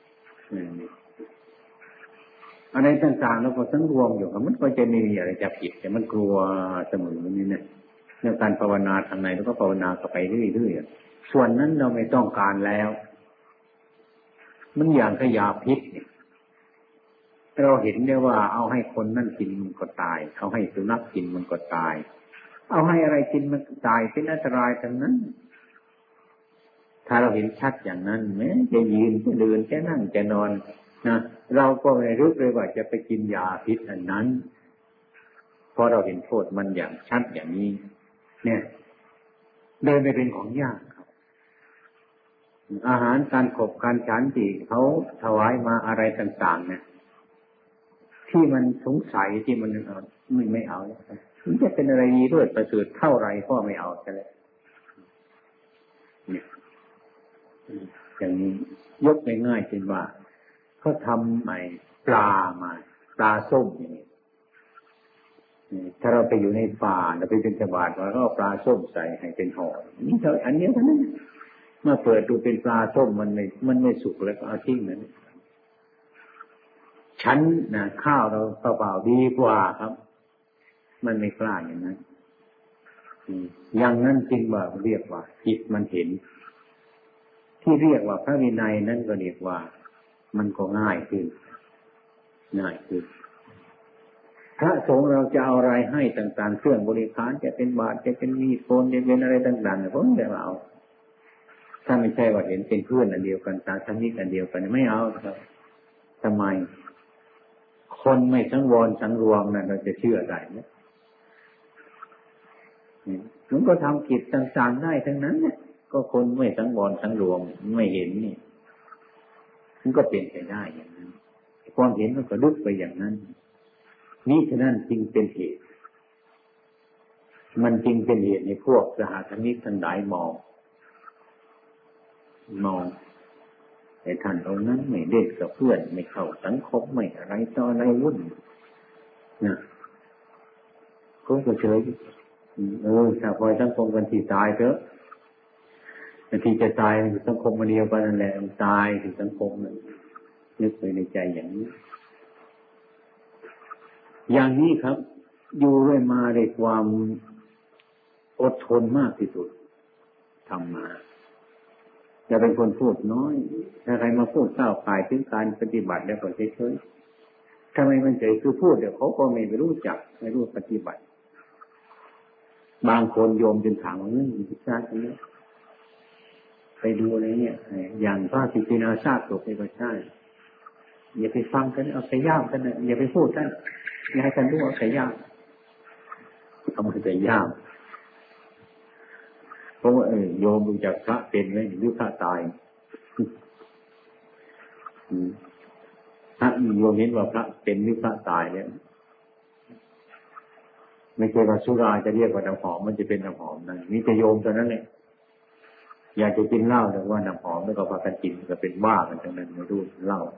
อะไรต่างๆแล้วก็ทั้งรวมอยู่มันก็จะไม่มีอะไรจะผิดแต่มันกลัวเสมอนี่นะเรื่องการภาวนาทางในแล้วก็ภาวนาไปเรื่อยๆส่วนนั้นเราไม่ต้องการแล้วมันอย่างขยะพิษเนี่ยเราเห็นได้ว่าเอาให้คนนั่นกินมันก็ตายเอาให้สุนัขกินมันก็ตายเอาให้อะไรกินมันตายเป็นอันตรายทั้งนั้นถ้าเราเห็นชัดอย่างนั้นแม้จะยืนจะเดินจะนั่งจะนอนนะเราก็ไม่รู้เลยว่าจะไปกินยาพิษอันนั้นเพราะเราเห็นโทษมันอย่างชัดอย่างนี้เนี่ยเดินไปเป็นของยากครับอาหารการขบการฉันที่เขาถวายมาอะไรต่างๆเนี่ยที่มันสงสัยที่มันไม่ไม่เอามันจะเป็นอะไรดีด้วยประเสริฐเท่าไรก็ไม่เอาใช่ไหมเนี่ยอย่างนี้ยกง่ายๆเป็นว่าเขาทำใหม่ปลามาปลาส้มอย่างนี้ถ้าเราไปอยู่ในป่าเราไปเป็นชาวบ้านเราก็เอาปลาส้มใส่ให้เป็นห่อนี่เท่าอันนี้เท่านั้นเมื่อเปิดดูเป็นปลาส้มมันไม่มันไม่สุกแล้วก็เอาทิ้งนั้นชั้นนะข้าวเราเปล่าๆดีกว่าครับมันไม่กล้าอย่างนั้นอย่างนั้นจริงว่าเรียกว่าจิตมันเห็นที่เรียกว่าพระวินัยนั้นก็เรียกว่ามันก็ง่ายขึ้นง่ายขึ้นพระสงฆ์เราจะเอาอะไรให้ต่างๆเครื่องบริขารจะเป็นบาตรจะเป็นมีดโกนจะเป็นอะไรต่างๆผมไม่เอาถ้าไม่ใช่ว่าเห็นเป็นเพื่อนอันเดียวกันศาสนิกอันเดียวกันไม่เอาครับทำไมคนไม่สังวรสังรวมนั่นเราจะเชื่อได้ไหมมันก็ทำกิจต่างๆได้ทั้งนั้นเนี่ยก็คนไม่สังวรสังรวมไม่เห็นนี่มันก็เป็นไปได้อย่างนั้นความเห็นมันก็ลุกไปอย่างนั้นนี่ฉะนั้นจึงเป็นเหตุมันจึงเป็นเหตุในพวกสหธรรมิกทั้งหลายมองมองแต่ท่านตรงนั้นไม่เด็กกับเพื่อนไม่เข้าสังคมไม่อะไรต่ออะไรวุ่นนะก็เฉยเออถ้าพอสังคมกันที่ตายเถอะที่จะตายสังคมมันเดียวกันนั่นแหละมันตายถึงสังคมนั่นนึกไปในใจอย่างนี้อย่างนี้ครับอยู่เรื่อยมาด้วยความอดทนมากที่สุดทำมาจะเป็นคนพูดน้อยถ้าใครมาพูดก้าวไก่ถึงการปฏิบัติแล้วก็เฉยๆทำไมมันเฉยคือพูดเดี๋ยวเขาก็ไม่รู้จักไม่รู้ปฏิบัติบางคนโยมจนถามว่าเฮ้ยพิจารณาเนี่ยไปดูอะไรเนี่ยอย่างพระสิทธินาชาติตกไปก็ใช่อย่าไปฟังกันเอาใส่ย่ามกันนะอย่าไปพูดกันอย่าให้กันรู้เอาใส่ย่ามเอามาใส่ย่ามเพราะว่าเออโยมดูจากพระเป็นไหมหรือพระตายพระโยมเห็นว่าพระเป็นหรือพระตายเนี่ยไม่ใช่ว่าสุราจะเรียกว่าน้ำหอมมันจะเป็นน้ำหอมนั่นมีแต่โยมเท่านั้นแหละอยากจะกินเหล้าแต่ว่าน้ำหอมแล้วก็พากันกินก็เป็นบ้ากันทั้งนั้นไม่รู้เหล้า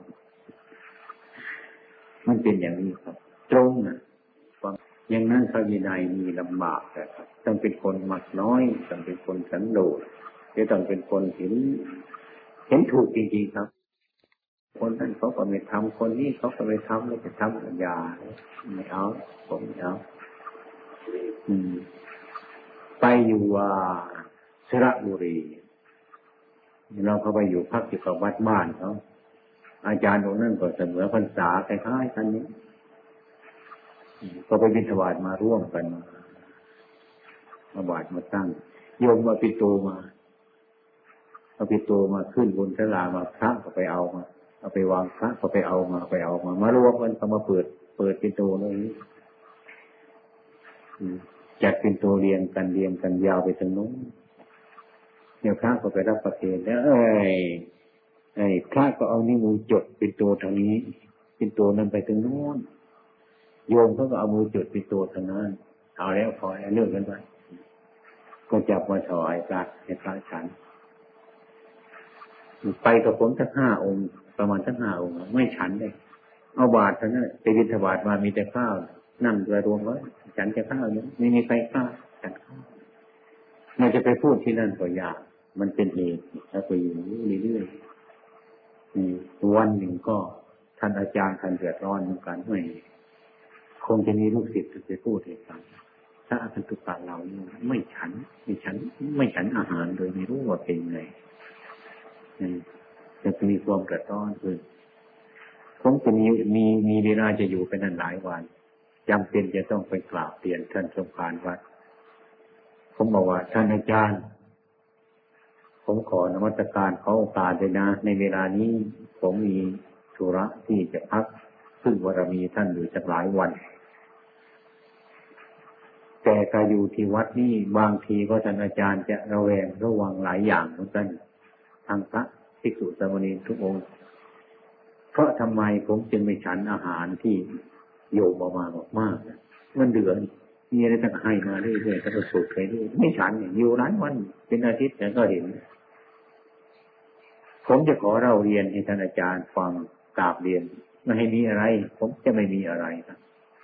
มันเป็นอย่างนี้ครับตรงนะอย่างนั้นพระวินัยมีลำบากแต่ครับต้องเป็นคนมักน้อยต้องเป็นคนสันโดษจะต้องเป็นคนเห็นเห็นถูกจริงๆครับคนนั้นเขาก็ไม่ทำคนนี้เขาก็ไม่ทำแล้วจะทำสัญญาไม่เอาผมไม่เอาอืมไปอยู่ว่าสระบุรีเราเข้าไปอยู่พักอยู่กับวัดบ้านเขาอาจารย์ตรงนั้นก็เสมอพรรษาคล้ายๆกันนี้ก็ไปบิณฑบาตมาร่วมกันมาบาตมาตั้งโยมมาปิโตมาเอาปิโตมาขึ้นบนศาลามาพระก็ไปเอามาเอาไปวางพระก็ไปเอามาไปเอามามารวมกันก็มาเปิดเปิดปิโตเลยจัดปิโตเรียงกันเรียงกันยาวไปถึงนู้นเดี๋ยวพระก็ไปรับประเคนแล้วเอ้ยไอ้พระก็เอานิ้วมือจดปิโตทางนี้ปิโตนั้นไปถึงนู้นโยมเขาก็เอามือจดปิโตทางนั้นเอาแล้วพอเลิกกันไปก็จับมาถวายพระให้พระฉันไปกับผมทั้งห้าองค์ประมาณทั้งห้าองค์ไม่ฉันเลยเอาบาตรเท่านั้นไปบิณฑบาตมามีแต่ข้าวนั่งรวมไว้ฉันจะข้าวเนี่ยไม่มีใครข้าวฉันข้าวเราจะไปพูดที่นั่นก็ยากมันเป็นเองถ้าไปอยู่เรื่อยๆวันหนึ่งก็ท่านอาจารย์ท่านเดือดร้อนเหมือนกันไม่คงจะมีลูกศิษย์จะพูดให้ฟังถ้าอาจารย์ตุกะเราไม่ฉันไม่ฉันไม่ฉันอาหารโดยไม่รู้ว่าเป็นไงจะมีความเดือดร้อนขึ้นผมจะมีมีมีเวลาจะอยู่ไปนานหลายวันจำเป็นจะต้องไปกราบเรียนท่านสมภารวัดผมบอกว่าท่านอาจารย์ผมขอนมัสการเขาโอกาสเลยนะในเวลานี้ผมมีธุระที่จะพักซึ่งบารมีท่านอยู่สักหลายวันแต่การอยู่ที่วัดนี่บางทีก็ท่านอาจารย์จะระแวงระวังหลายอย่างเหมือนกันทางพระภิกษุสามเณรทุกองค์เพราะทำไมผมจึงไม่ฉันอาหารที่โยมออกมามากๆมันเดือดมีอะไรต่างให้มาเรื่อยๆถ้าเราสูดไปเรื่อยไม่ฉันเนี่ยอยู่หลายวันเป็นอาทิตย์แต่ก็เห็นผมจะขอเล่าเรียนให้ท่านอาจารย์ฟังกราบเรียนไม่ให้มีอะไรผมจะไม่มีอะไรครับ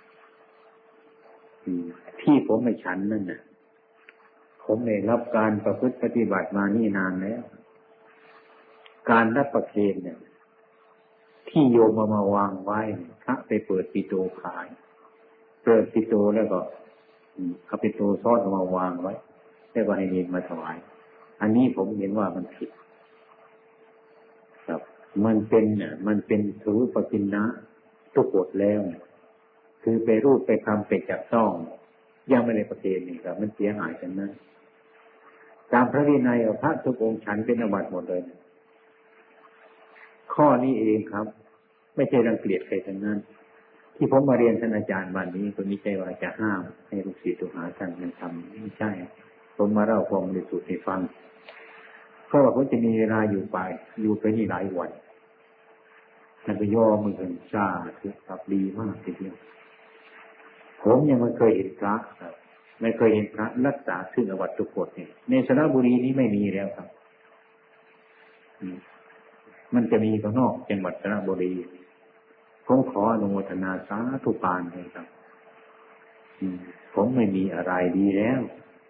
ที่ผมไม่ฉันนั่นน่ะผมได้รับการประพฤติปฏิบัติมานี่นานแล้วการรับประเคนเนี่ยที่โยมมามาวางไว้พระไปเปิดปิโตขายเปิดปิโตแล้วก็เอาปิโตซ่อนมาวางไว้แล้วก็ให้เนรมาถวายอันนี้ผมเห็นว่ามันผิดครับมันเป็นเนี่ยมันเป็นสุรุปกินนะทุกกฎแล้วคือไปรูปไปคำไปจับต้องยังไม่ได้ประเคนนี่ครับมันเสียหายกันนะตามพระวินัยพระทุกองค์ฉันเป็นอาบัติหมดเลยข้อนี้เองครับไม่ใช่รังเกียจใครทั้งนั้นที่ผมมาเรียนท่านอาจารย์วันนี้ก็ไม่ใช่ว่าจะห้ามให้ลูกศิษย์ลูกหาท่านมันทำไม่ใช่ผมมาเล่าความบริสุทธิ์ให้ฟังเพราะว่าผมจะมีเวลาอยู่ไปอยู่ไปนี่หลายวันท่านไปย่อมือกันซาคือครับดีมากทีเดียวผมยังไม่เคยเห็นพระครับไม่เคยเห็นพระรักษาซึ่งอวัตทุกกฎเนี่ยในสระบุรีนี้ไม่มีแล้วครับมันจะมีข้างนอกจังหวัดสระบุรีผมขออนุโมทนาสาธุการเลยครับผมไม่มีอะไรดีแล้ว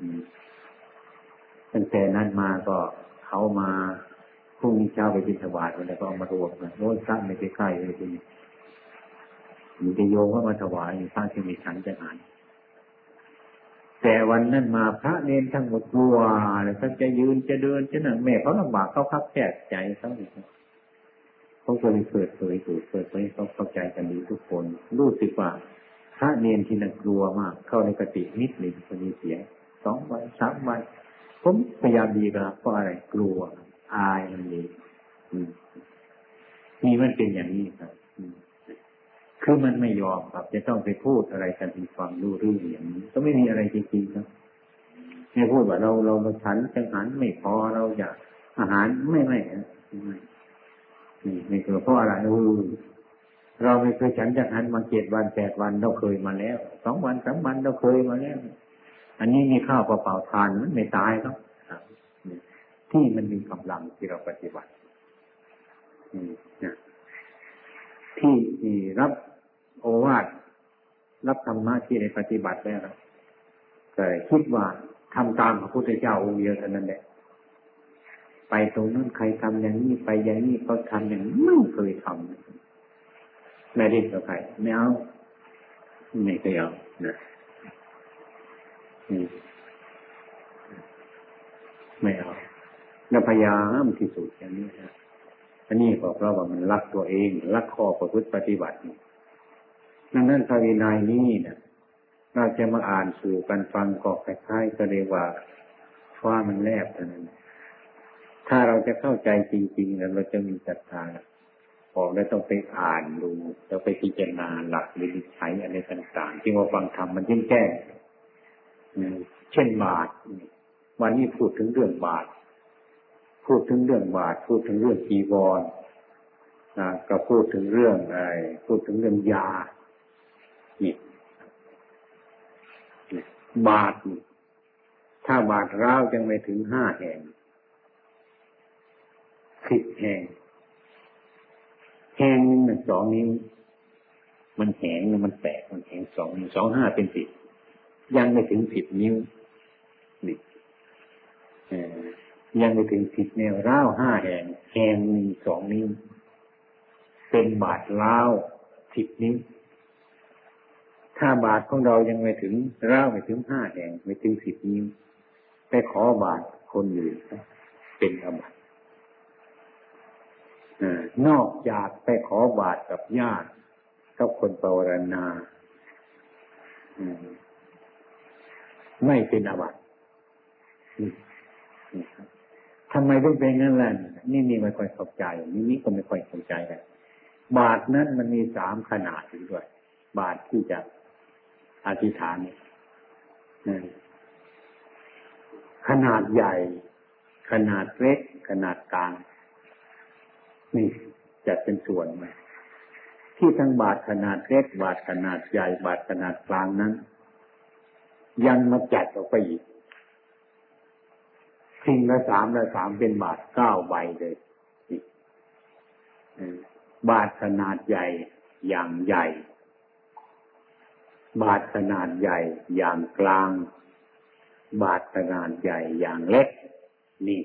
ตั้งแต่นั้นมาก็เขามาพรุ่งนี้เช้าไปบิณฑบาตแล้วก็เอามารวมกันโน้นพระไม่ไปใกล้เลยทีนี้มีแต่โยมก็มาถวายพระที่มีฉันจะหายแต่วันนั้นมาพระเนรทั้งหมดกลัวเลยเขาจะยืนจะเดินจะนั่งแม่เขาลำบากเขาคับแคบใจเขาเขาก็เลยเปิดเผยถูกเปิดเผยเขาเข้าใจกันดีทุกคนรู้สึกว่าพระเนรที่นั่งกลัวมากเข้าในกตินิดหนึ่งคนนี้เสียสองวันสามวันผมพยายามดีครับเพราะอะไรกลัวอายมันดีนี่มันเป็นอย่างนี้ครับคือมันไม่ยอมครับจะต้องไปพูดอะไรกันถึงความรู้เรื่องอย่างนี้ก็ไม่มีอะไรจริงๆครับไม่พูดว่าเราเราฉันจังหันไม่พอเราอยากอาหารไม่ไม่ไม่นี่ไม่คือเพราะอะไรเออเราไม่เคยฉันจังหันมาเจ็ดวันแปดวันเราเคยมาแล้วสองวันสามวันเราเคยมาแล้วอันนี้มีข้าวเปล่าๆทานมันไม่ตายครับที่มันมีกำลังที่เราปฏิบัติที่รับโอวาทรับธรรมะที่ได้ปฏิบัติแล้วแต่คิดว่าทำตามพระพุทธเจ้าองค์เดียวเท่านั้นแหละไปตรงนั้นใครทำอย่างนี้ไปอย่างนี้เขาทำอย่างนี้ไม่เคยทำไม่ได้กับใครไม่เอาไม่เคยเอานะไม่เอาแล้วพยายามที่สุดอย่างนี้นะอันนี้บอกเราว่ามันรักตัวเองรักข้อประพฤติปฏิบัติดังนั้นพระวินัยนี้นะเราจะมาอ่านสู่กันฟังก็คล้ายๆก็เรียกว่าฟ้ามันแลบเท่านั้นถ้าเราจะเข้าใจจริงๆแล้วเราจะมีศรัทธาออกแล้วต้องไปอ่านดูแล้วไปพิจารณาหลักวินิจฉัยอะไรต่างๆที่ว่าฟังธรรมมันยิ่งแก้เช่นบาตรวันนี้พูดถึงเรื่องบาตรพูดถึงเรื่องบาตรพูดถึงเรื่องจีวรนะก็พูดถึงเรื่องอะไรพูดถึงเรื่องยานี่บาตรถ้าบาตรร้าวยังไม่ถึงห้าแห่งสิบแห่งแห่งหนึ่งสองนิ้วมันแหงมันแตกมันแหงสองสองห้าเป็นสิบยังไม่ถึงสิบนิ้วนี่ยังไม่ถึงสิบนิ้วร้าวห้าแห่งแห่งหนึ่งสองนิ้วเป็นบาตรร้าวสิบนิ้วถ้าบาตรของเรายังไม่ถึงร้าวไม่ถึงห้าแห่งไม่ถึงสิบนิ้วไปขอบาตรคนอื่นเป็นอาบัตินอกจากไปขอบาตรกับญาติกับคนภาวนาไม่เป็นอาบัติทำไมต้องเป็นงั้นล่ะนี่นี่ไม่ค่อยเข้าใจนี่นี่ก็ไม่ค่อยเข้าใจกันบาตรนั้นมันมีสามขนาดด้วยบาตรที่จะอธิษฐานขนาดใหญ่ขนาดเล็กขนาดกลางนี่จัดเป็นส่วนมาที่ทั้งบาตรขนาดเล็กบาตรขนาดใหญ่บาตรขนาดกลางนั้นยังมาจัดออกไปอีกสิ่งละสามละสามเป็นบาตรเก้าใบเลยบาตรขนาดใหญ่อย่างใหญ่บาตรขนาดใหญ่อย่างกลางบาตรขนาดใหญ่อย่างเล็กนี่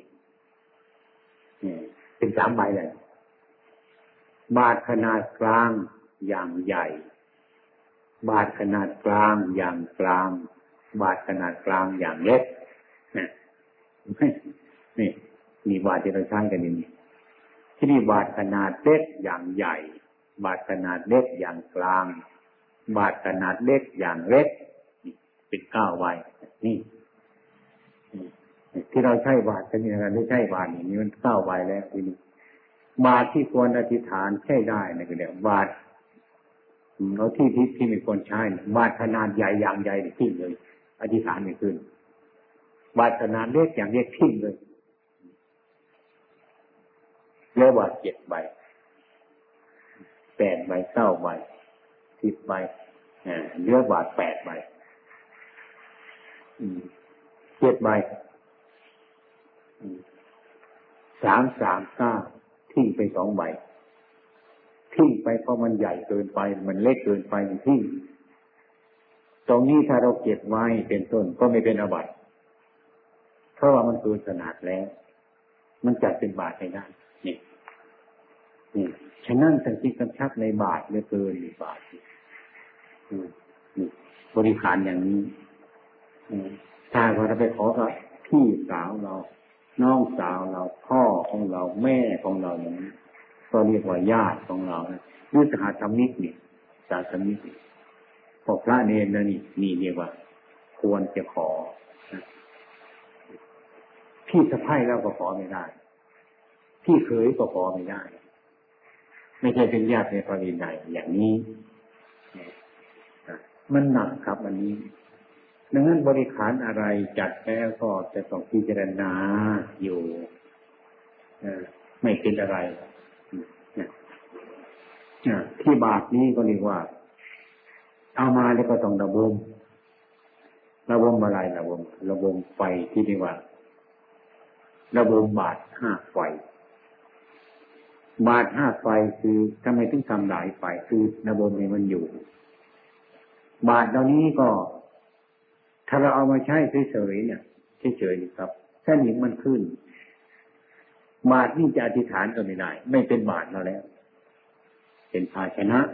เป็นสามใบเลยบาตรขนาดกลางอย่างใหญ่บาตรขนาดกลางอย่างกลางบาตรขนาดกลางอย่างเล็กนี่นี่มีบาตรที่เราใช้กันนี่ที่นี่บาตรขนาดเล็กอย่างใหญ่บาตรขนาดเล็กอย่างกลางบาตรขนาดเล็กอย่างเล็กเป็นเก้าใบนี่ที่เราใช้บาตรกันนี่นะไม่ใช่บาตรอย่างนี้มันเก้าใบแล้วทีนี้บาตรที่ควรอธิษฐานใช้ได้นะคือเดี๋ยวบาตรเราที่ที่ที่ไม่ควรใช้บาตรขนาดใหญ่อย่างใหญ่ทิ้งเลยอธิษฐานไม่ขึ้นบาตรขนาดเล็กอย่างเล็กทิ้งเลยเรียกว่าเจ็ดใบแปดใบเก้าใบสิบใบเรียกว่าแปดใบเจ็ดใบสามสามเก้าทิ้งไปสองใบทิ้งไปเพราะมันใหญ่เกินไปมันเล็กเกินไปมันทิ้งตรงนี้ถ้าเราเก็บไว้เป็นต้นก็ไม่เป็นอาบัติเพราะว่ามันเกินขนาดแล้วมันจัดเป็นบาตรไม่ได้นี่นี่ฉะนั้นสังเกตกำชับในบาตรเหลือเกินในบาตรนี่บริหารอย่างนี้ถ้าเราไปขอกับพี่สาวเราน้องสาวเราพ่อของเราแม่ของเราอย่างนี้ก็เรียกว่าญาติของเราหรือสหธรรมิกเนี่ยสหธรรมิกพวกพระเนรนะนี่นี่เรียกว่าควรจะขอพี่สะใภ้เราก็ขอไม่ได้พี่เขยก็ขอไม่ได้ไม่ใช่เป็นญาติในปรินัยอย่างนี้มันหนักครับอันนี้ดังนั้นบริขารอะไรจัดแล้วก็จะต้องพิจารณาอยู่ไม่เป็นอะไรที่บาทนี้ก็เรียกว่าเอามาแล้วก็ต้องระบมระบมอะไรระบมระบมไฟที่เรียกว่าระบมบาทห้าไฟบาทห้าไฟคือทำไมถึงทำหลายไฟคือระบมให้มันอยู่บาทเหล่านี้ก็ถ้าเราเอามาใช้เฉยๆเนี่ยเฉยๆครับแค่นี้มันขึ้นบาทนี่จะอธิษฐานก็ไม่ได้ไม่เป็นบาทเราแล้วเป็นภาชนะ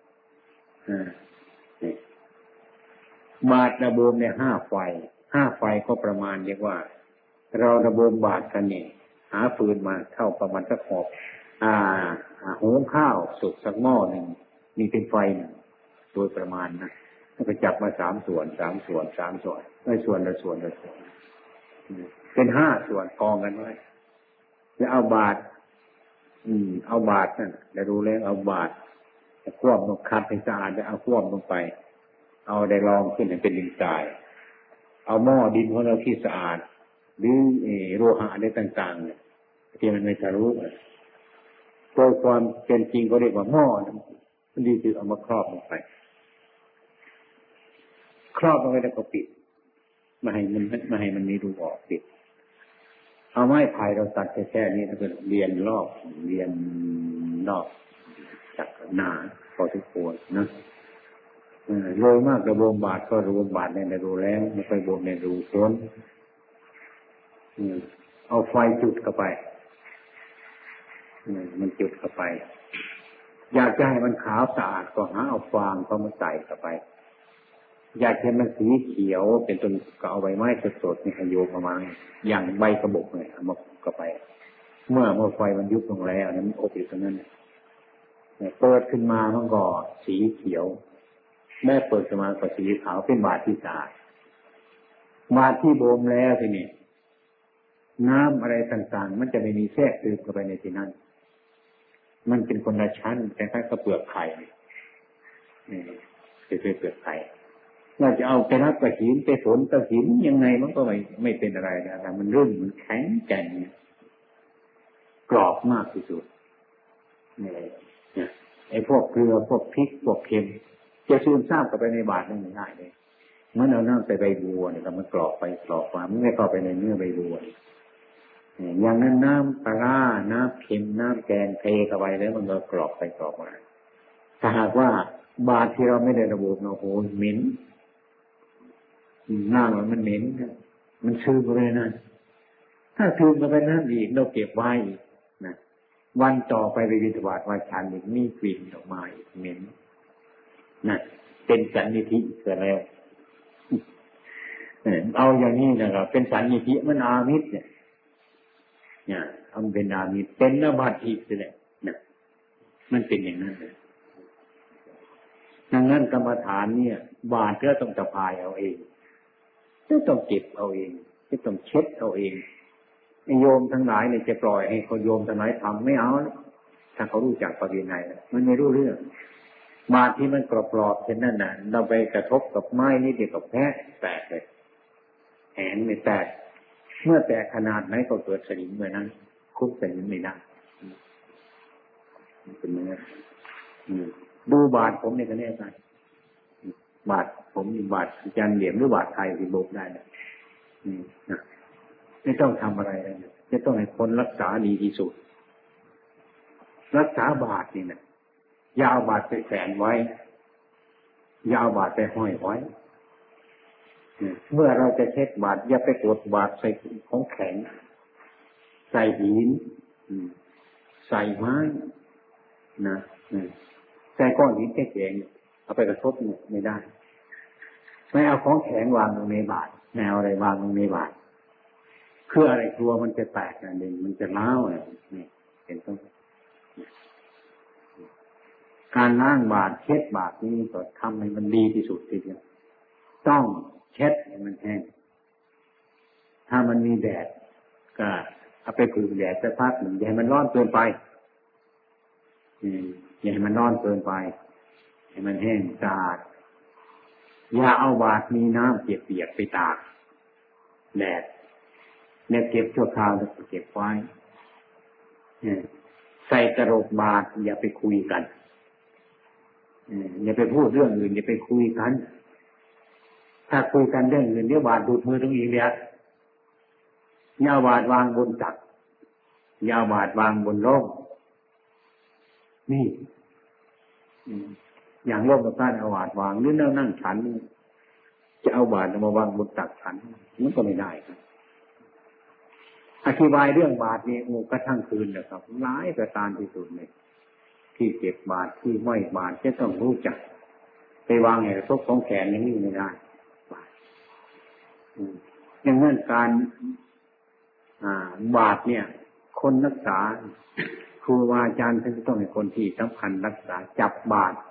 บาทระบมเนี่ยห้าไฟห้าไฟก็ประมาณเรียกว่าเราระบมบาทกันเนี่ยหาฟืนมาเข้าประมาณสักหอบอ่าหุงข้าวสุกสักหม้อหนึ่งมีเป็นไฟหนึ่งโดยประมาณนะแล้วก็จับมาสามส่วนสามส่วนสามส่วนไม่ส่วนละส่วนละส่วนเป็นห้าส่วนกองกันไว้แล้วเอาบาทอืมเอาบาทนั่นแล้วดูแล้วเอาบาทควบลงคัดให้สะอาดแล้วเอาควบลงไปเอาได้รองขึ้นให้เป็นดินทรายเอาหม้อดินของเราที่สะอาดหรือโลหะอะไรต่างๆเนี่ยที่มันไม่ทะลุโดยความเป็นจริงก็เรียกว่าหม้อมันดีคือเอามาครอบลงไปครอบลงไปแล้วก็ปิดไม่ให้มันไม่ให้มันมีรูออกปิดเอาไม้ไผ่เราตัดแค่นี้ถ้าเป็นเรียนรอบเรียนรอบจากหนาพอทุกคนนะโดยมากระบมบาทก็ระบมบาทในรูแล้วไม่ไปบวมในรูโคนเอาไฟจุดเข้าไปมันจุดเข้าไปอยากจะให้มันขาวสะอาดก็หาเอาฟางก็มาใส่เข้าไปอยากให้มันสีเขียวเป็นต้นก็เอาใบไม้สดๆนี่ให้โยมประมาณอย่างใบกระบอกเนี่ยเอามาเข้าไปเมื่อเมื่อไฟมันยุบลงแล้วนั้นอบอยู่ตรงนั้นเนี่ยเปิดขึ้นมามันก็สีเขียวแม่เปิดขึ้นมาก็สีขาวเป็นบาทที่สะอาดบาทที่บ่มแล้วทีนี้น้ำอะไรต่างๆมันจะไม่มีแทรกซึมเข้าไปในที่นั้นมันเป็นคนละชั้นคล้ายๆกับเปลือกไข่นี่คือเปลือกไข่เราจะเอาไปรับกระหินไปฝนกระหินยังไงมันก็ไม่ไม่เป็นอะไรนะแต่มันรุ่นมันแข็งแกร่งกรอบมากที่สุดนี่ไอ้พวกเกลือพวกพริกพวกเค็มจะซึมซาบเข้าไปในบาตรไม่ได้เลยเมื่อเรานั่งไปใบบัวเนี่ยมันกรอบไปกรอบมามันไม่เข้าไปในเนื้อใบบัวอย่างนั้นน้ำปลาน้ำเค็มน้ำแกงเทเข้าไปแล้วมันก็กรอบไปกรอบมาถ้าหากว่าบาตรที่เราไม่ได้ระบุเนาะโหเหม็นหน้ามันเหม็นมันซึมไปนะถ้าซึมไปนั่นอีกเราเก็บไว้นะวันต่อไปไปบิณฑบาตวันฉันอีกมีกลิ่นออกมาอีกเหม็นนะเป็นสันนิธิเกิดแล้วเอาอย่างนี้นะครับเป็นสันนิธิมันอามิตรเนี่ยเนี่ยทำเป็นอามิตรเป็นนบัติอีกเลยนะมันเป็นอย่างนั้นเลยดังนั้นกรรมฐานเนี่ยบาตรก็ต้องสะพายเอาเองจะต้องเก็บเอาเองจะต้องเช็ดเอาเองโยมทั้งหลายเนี่ยจะปล่อยให้คนโยมทั้งหลายทำไม่เอาถ้าเขารู้จักปฏิบัติมันไม่รู้เรื่องบาตรที่มันกรอบๆเช่นนั้นน่ะเราไปกระทบกับไม้นี่เดี๋ยวกับแพ้แตกเลยแหนไม่แตกเมื่อแตกขนาดไหนก็เกิดสนิมเหมือนนั้นคุบสนิมไม่ได้เป็นอย่างนั้นดูบาตรผมเนี่ยก็แน่ใจบาตรผมมีบาตรอาจารย์เหลี่ยมหรือบาตรไทยที่โบกได้นะไม่ต้องทำอะไรเลยจะต้องให้คนรักษาดีที่สุดรักษาบาตรนี่นะอย่าเอาบาตรไปแฝงไว้อย่าเอาบาตรไปห้อยไว้เมื่อเราจะเช็ดบาตรอย่าไปกดบาตรใส่ของแข็งใส่หินใส่ไม้นะใส่ก้อนหินแข็งเอาไปกระทบไม่ได้ไม่เอาของแข็งวางลงในบาตรแนวอะไรวางลงในบาตรคืออะไรกลัวมันจะแตกนั่นเองมันจะร้าวอะไรนี่เห็นต้องการล้างบาตรเช็ดบาตรนี้ก็ทำให้มันดีที่สุดทีเดียวต้องเช็ดให้มันแห้งถ้ามันมีแดดก็เอาไปผึ่งแดดสักพักหนึ่งอย่าให้มันร้อนเกินไปอย่าให้มันนอนเกินไปให้มันแห้งสะอาดอย่าเอาบาตรมีน้ำเปียกๆไปตากแดดเนี่ยเก็บชั่วคราวแล้วเก็บไว้ใส่กระโหลกบาตรอย่าไปคุยกันอย่าไปพูดเรื่องอื่นอย่าไปคุยกันถ้าคุยกันเรื่องอื่นเดี๋ยวบาตรดูดมือตรงนี้เนี่ยอย่าบาตรวางบนตักอย่าบาตรวางบนร่มนี่อย่างร่มกับต้านเอาบาตรวางหรือนั่งนั่งฉันจะเอาบาตรมาวางบนตักฉันมันก็ไม่ได้ครับอธิบายเรื่องบาตรนี่โอ้กระทั่งคืนนะครับหลายประการที่สุดเลยที่เก็บบาตรที่ไม่บาตรจะต้องรู้จักไปวางแหวนทบของแขนอย่างนี้ไม่ได้อย่างนั้นการบาตรเนี่ยคนรักษาครูบาอาจารย์ท่านต้องเป็นคนที่สำคัญรักษาจับบาตร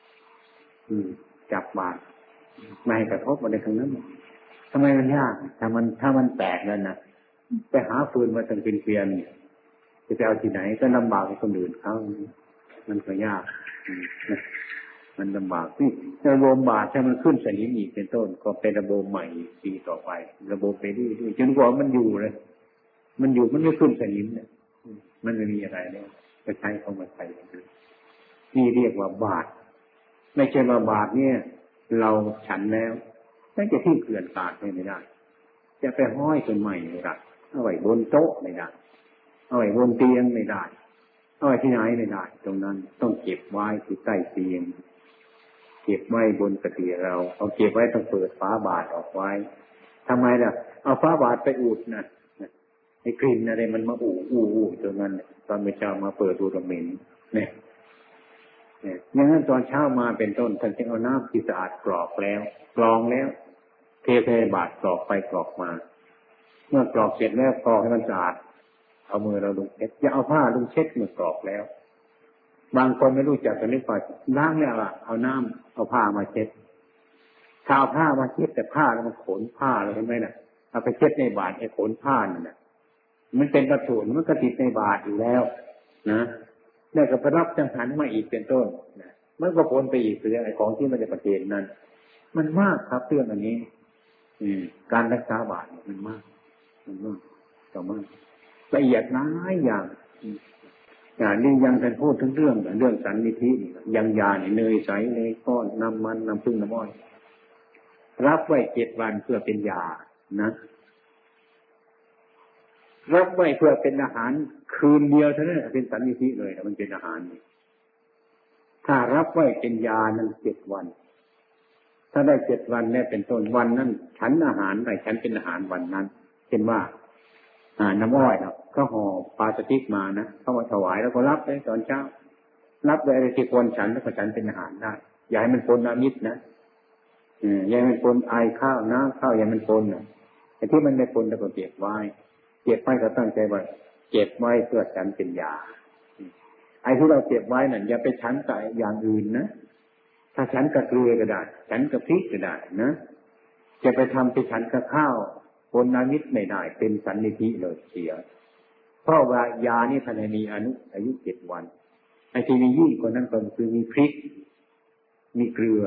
จับบาตรไม่ให้กระทบอะไรทั้งนั้นทำไมมันยากถ้ามันถ้ามันแตกแล้วนะไปหาฟืนมาตั้งเป็นเกวียนจะไปเอาที่ไหนก็ลำบากกับคนอื่นเขามันก็ยากมันลำบากที่ระบบบบาตรถ้ามันขึ้นสนิมอีกเป็นต้นก็เป็นระบบใหม่ปีต่อไประบบไปเรื่อยๆจนกว่ามันอยู่เลยมันอยู่มันไม่ขึ้นสนิมเนี่ยมันไม่มีอะไรเนี่ยก็ใช้เข้ามาใส่นี่เรียกว่าบาตรไม่ใช่ว่าบาตรเนี่ยเราฉันแล้วไม่จะที่เกลื่อนกลาดไม่ได้จะไปห้อยต้นไม้ไม่ได้เอาไว้บนโต๊ะไม่ได้เอาไว้บนเตียงไม่ได้เอาไว้ที่ไหนไม่ได้ตรงนั้นต้องเก็บไว้ที่ใต้เตียงเก็บไว้บนกระเตียเราเอาเก็บไว้ต้องเปิดฝาบาตรออกไว้ทำไมล่ะเอาฝาบาตรไปอุดนะไอ้กลิ่นอะไรมันมาอู่อู่อู่ตรงนั้นตอนเช้ามาเปิดดูระเหม็นเนี่ยเนี่ยอย่างนั้นตอนเช้ามาเป็นต้นท่านจึงเอาน้ำที่สะอาดกรอกแล้วกรองแล้วเทใส่บาตรกรอกไปกรอกมาเมื่อกรอกเสร็จแล้วกรอกให้มันสะอาดเอามือเราลงเช็ดอย่าเอาผ้าลงเช็ดเมื่อกรอกแล้วบางคนไม่รู้จักกันนึกว่าล้างแล้วอะเอาน้ำเอาผ้ามาเช็ดถ้าเอาผ้ามาเช็ดแต่ผ้าแล้วมันขนผ้าเลยเห็นไหมน่ะเอาไปเช็ดในบาตรไอ้ขนผ้านั่นน่ะมันเป็นกระสุนมันก็ติดในบาตรอยู่แล้วนะแล้วก็ไปรับจังหันมาอีกเป็นต้นนะมันก็พ้นไปอีกเรื่องไอ้ของที่มันจะประเทศนั้นมันมากครับเรื่องอันนี้การรักษาบาตรมันมากมันมากต่อมากละเอียดหลายอย่างอย่างนี้ยังเป็นพูดถึงเรื่องเรื่องสันนิธิยังยาเนยใสเนยก้อนน้ำมันน้ำผึ้งน้ำอ้อยรับไว้เจ็ดวันเพื่อเป็นยานะรับไว้เพื่อเป็นอาหารคืนเดียวเท่านั้นเป็นสันนิธิเลยมันเป็นอาหารถ้ารับไว้เป็นยานั้นเจ็ดวันถ้าได้เจ็ดวันเนี่ยเป็นต้นวันนั้นฉันอาหารได้ฉันเป็นอาหารวันนั้นเช่นว่าอ่าน้ำอ้อยครับก็ห่อปลาสติ๊กมานะเข้ามาถวายแล้วก็รับเลยตอนเช้ารับเลยอะไรที่ควรฉันแล้วก็ฉันเป็นอาหารได้อย่าให้มันปนอามิตรนะอืมอย่าให้มันปนไอข้าวน้ำข้าวอย่าให้มันปนนะไอ้ที่มันไม่ปนแล้วก็เก็บไว้เก็บไว้ก็ตั้งใจว่าเก็บไว้เพื่อฉันเป็นยาไอ้ที่เราเก็บไว้นั่นอย่าไปฉันกับอย่างอื่นนะถ้าฉันกับเกลือก็ได้ฉันกับพริกก็ได้นะจะไปทำไปฉันกับข้าวปนอามิตรไม่ได้เป็นสันนิธิเลยเสียเพราะว่ายานี่ท่านมีอนุอายุเจ็ดวันไอ้ที่มียิ่งกว่านั้นก็คือมีพริกมีเกลือ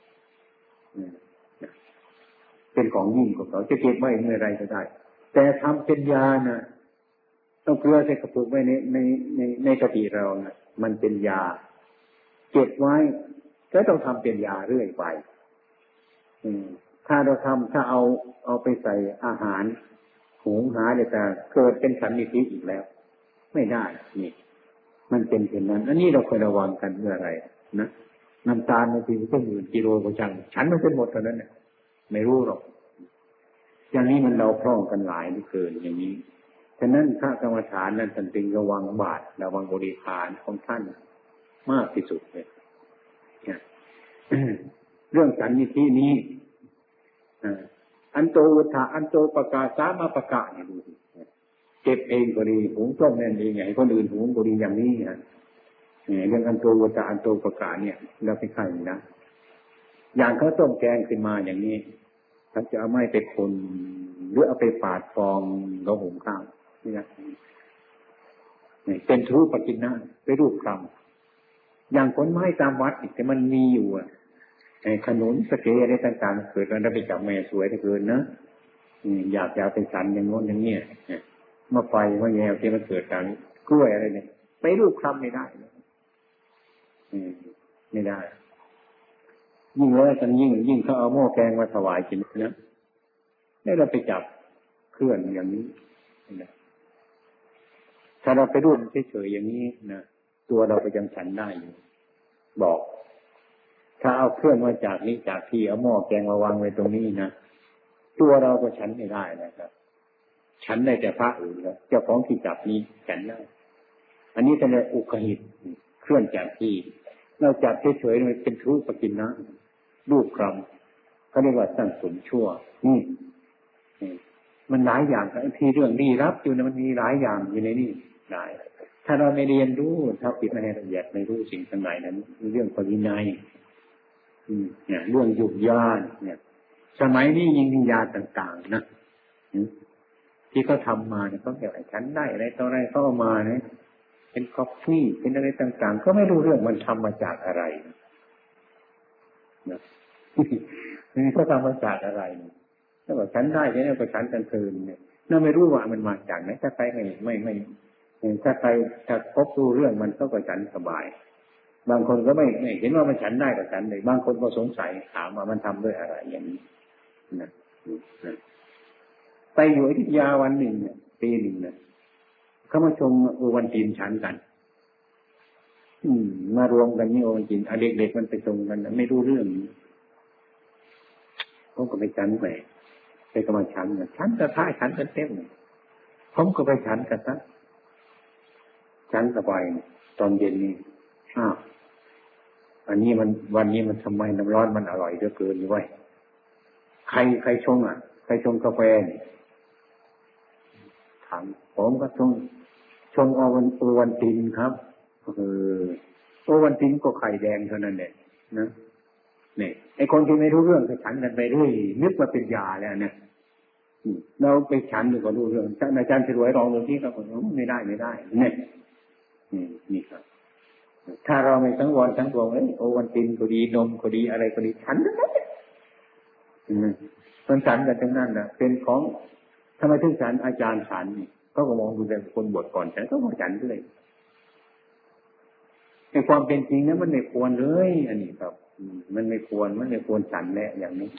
เป็นของยิ่งกว่าเขาจะเก็บไว้เมื่อไรก็ได้แต่ทำเป็นยานะต้องเกลือใส่กระปุกไว้ในในในในกระติเรานะมันเป็นยาเก็บไว้ก็ต้องทำเป็นยาเรื่อยไปถ้าเราทำถ้าเอาเอาไปใส่อาหารหุงหาเนี่ยแต่เกิดเป็นสันนิธิอีกแล้วไม่ได้นี่มันเป็นเช่นนั้นอันนี้เราควรระวังกันเมื่อไรนะน้ำตาลบางทีก็หมื่นกิโลกว่าจังฉันมันเป็นหมดเท่านั้นเนี่ยไม่รู้หรอกอย่างนี้มันเราพร่องกันหลายที่เกินอย่างนี้ฉะนั้นพระกรรมฐานนั้นท่านจึงระวังบาตรระวังบริขารของท่านมากที่สุดเลยเรื่องสันนิธินี้อันโตวุฒาอันโตปกาสามาปกาเนี่ยดูสิเก็บเองก็ดีหุงต้มนั่นเองไงคนอื่นหุงก็ดีอย่างนี้นะเรื่องอันโตวุฒาอันโตปกาเนี่ยเราไปใส่นะอย่างเขาต้มแกงขึ้นมาอย่างนี้ถ้าจะเอาไม้ไปคนหรือเอาไปปาดฟองเราหุงข้าวนี่นะเป็นทูปกินนะไปรูปคอย่างผลไม้ตามวัดแต่มันมีอยู่อ่ะไอ้ขนุนสเกอะไรต่างๆเกิดแล้วไปจับแม่สวยเหลือเกินนะอยากจะไปฉันอย่างโน้นอย่างเนี้ยมาไฟมาแย่ที่มันเกิดการกล้วยอะไรเนี่ยไปรูปคำไม่ได้ไม่ได้ยิ่งเลยกันยิ่งยิ่งเขาเอาหม้อแกงมาถวายกินนะนี่เราไปจับเคลื่อนอย่างนี้ถ้าเราไปรูปเฉยๆอย่างนี้นะตัวเราไปยังฉันได้อยู่บอกถ้าเอาเครื่องมาจากนี้จากที่เอาหม้อแกงมาวางไว้ตรงนี้นะตัวเราก็ฉันไม่ได้นะครับฉันได้แต่พระอื่นแล้วเจ้าของที่จับนี้ฉันได้อันนี้เป็นอุกหิตเคลื่อนจากที่เราจับเฉยๆมันเป็นทุกข์ปกินนะรูปคำเขาเรียกว่าสั้นสุนชั่วนี่มันหลายอย่างที่เรื่องลี้ลับอยู่นะมันมีหลายอย่างอยู่ในนี้หลายถ้าเราไม่เรียนรู้ถ้าปิดไม่ละเอียดไม่รู้สิ่งทั้งหลายนั้นเรื่องปรินัยเนี่ยเรื่องยุกยานเนี่ยสมัยนี้ยิงวิญญาณต่างๆนะที่เขาทำมาเนี่ยเขาเกี่ยวกับฉันได้อะไรต่ออะไรเขาเอามาเนี่ยเป็นคอฟฟี่เป็นอะไรต่างๆก็ไม่รู้เรื่องมันทำมาจากอะไรนะนี่เขาทำมาจากอะไรถ้าบอกฉันได้เนี่ยก็ฉันกันเพลินเนี่ยเราไม่รู้ว่ามันมาจากไหนถ้าใครไม่ไม่ไม่ถ้าใครถ้าพบรู้เรื่องมันก็ก็ฉันสบายบางคนก็ไม่ไม่เห็นว่ามันฉันได้กับฉันเลยบางคนก็สงสัยถามว่ามันทำด้วยอะไรอย่างนี้นะไปอยู่อยุธยาวันหนึ่งเนี่ยปีหนึ่งเนี่ยเขามาชมโอวันตินฉันกันอืมมารวมกันนี่โอวันตินเอาเด็กๆมันไปชมกันไม่รู้เรื่องผมก็ไปฉันไปไปกำลังฉันกันฉันกระท่าฉันกันเต็มผมก็ไปฉันกันซะฉันสบายตอนเย็นนี่อ้าวอันนี้มันวันนี้มันทำไมน้ำร้อนมันอร่อยเหลือเกินไว้ใครใครชงอ่ะใครชงกาแฟถามผมก็ชงชงโอวันโอวันตินครับเออโอวันตินก็ไข่แดงเท่านั้นแหละนะเนี่ยไอ้คนที่ไม่รู้เรื่องก็ฉันกันไปเรื่อยนึกว่าเป็นยาแล้วเนี่ยเราไปฉันอยู่ก็รู้เรื่องอาจารย์ฉลวยรองตรงที่ก็บอกไม่ได้ไม่ได้เนี่ยนี่ครับถ้าเราไม่สังวรสังรวมเอ้ยโอวันตินก็ดีนมก็ดีอะไรก็ดีฉันทั้งนั้นมันฉันกันทั้งนั้นนะเป็นของทำไมถึงฉันอาจารย์ฉันเขาก็มองดูแต่คนบวชก่อนฉันก็มาฉันด้วยในความเป็นจริงนั้นมันไม่ควรเลยอันนี้ครับมันไม่ควรมันไม่ควรฉันแหละอย่างนี้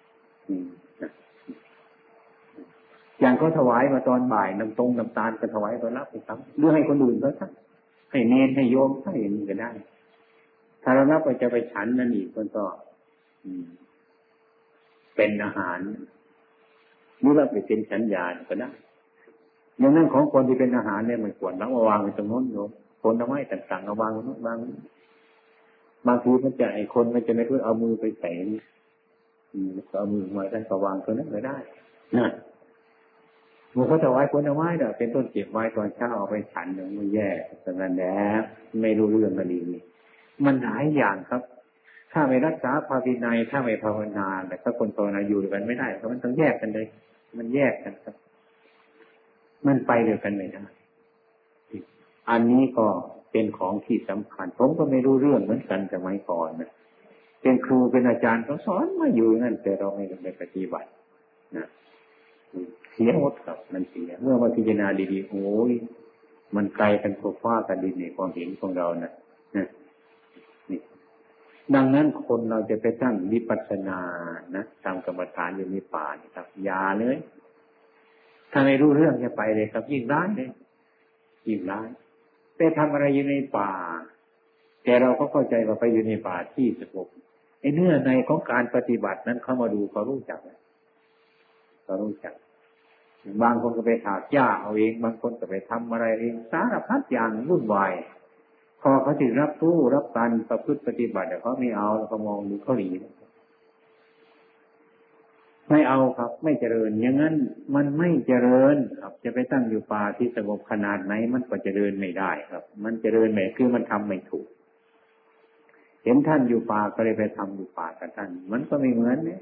อย่างเขาถวายมาตอนบ่ายน้ำตรงน้ำตาลก็ถวายตอนรับไปครับหรือให้คนอื่นเขาสักให้เนรให้โยมให้อย่างนี้ก็ได้ถ้าเรานับไปจะไปฉันนั่นอีกคนก็เป็นอาหารหรือว่าไปเป็นฉันยาก็ได้อย่างนั้นของคนที่เป็นอาหารเนี่ยมันควรรับมาวางไว้ตรงโน้นโยมผลไม้ต่างๆเอาวางโน้นวางบางทีมันจะไอ้คนมันจะไม่รู้เอามือไปใส่เอามือมาท่านก็วางตรงนั้นก็ได้นะเมื่อเขาถวายผลไม้เนี่ยเป็นต้นเก็บไว้ตอนเช้าเอาไปฉันเนี่ยมันแย่แต่นั้นแหละไม่รู้เรื่องกันดีนี่มันหลายอย่างครับถ้าไม่รักษาภาวินัยถ้าไม่ภาวนาแต่ถ้าคนภาวนาอยู่กันไม่ได้เพราะมันต้องแยกกันเลยมันแยกกันครับมันไปเดียวกันไม่ได้อันนี้ก็เป็นของที่สำคัญผมก็ไม่รู้เรื่องเหมือนกันสมัยก่อนนะเป็นครูเป็นอาจารย์ก็สอนมาอยู่นั่นแต่เราไม่ได้ปฏิบัตินะเสียหมดครับมันเสียเมื่อมาพิจารณาดีๆโอ้ยมันไกลกันโคฟ้ากันดินในความเห็นของเรานะนี่ดังนั้นคนเราจะไปตั้งวิปัสสนานะตามกรรมฐานอยู่ในป่านี่ครับอย่าเลยถ้าไม่รู้เรื่องจะไปเลยครับยิ่งร้ายเลยยิ่งร้ายแต่ทำอะไรอยู่ในป่าแต่เราก็เข้าใจว่าไปอยู่ในป่าที่สงบไอ้เนื้อในของการปฏิบัตินั้นเขามาดูเขารู้จักเขารู้จักบางคนก็ไปถากหญ้าเอาเองบางคนก็ไปทำอะไรเองสารพัดอย่างวุ่นวายพอเขาจะรับรู้รับการประพฤติปฏิบัติแต่เขาไม่เอาแล้วเขามองดูเขาหนีไม่เอาครับไม่เจริญอย่างนั้นมันไม่เจริญครับจะไปตั้งอยู่ป่าที่สงบขนาดไหนมันก็เจริญไม่ได้ครับมันเจริญไม่คือมันทำไม่ถูกเห็นท่านอยู่ป่าก็เลยไปทำอยู่ป่ากับท่านมันก็ไม่เหมือนเนี่ย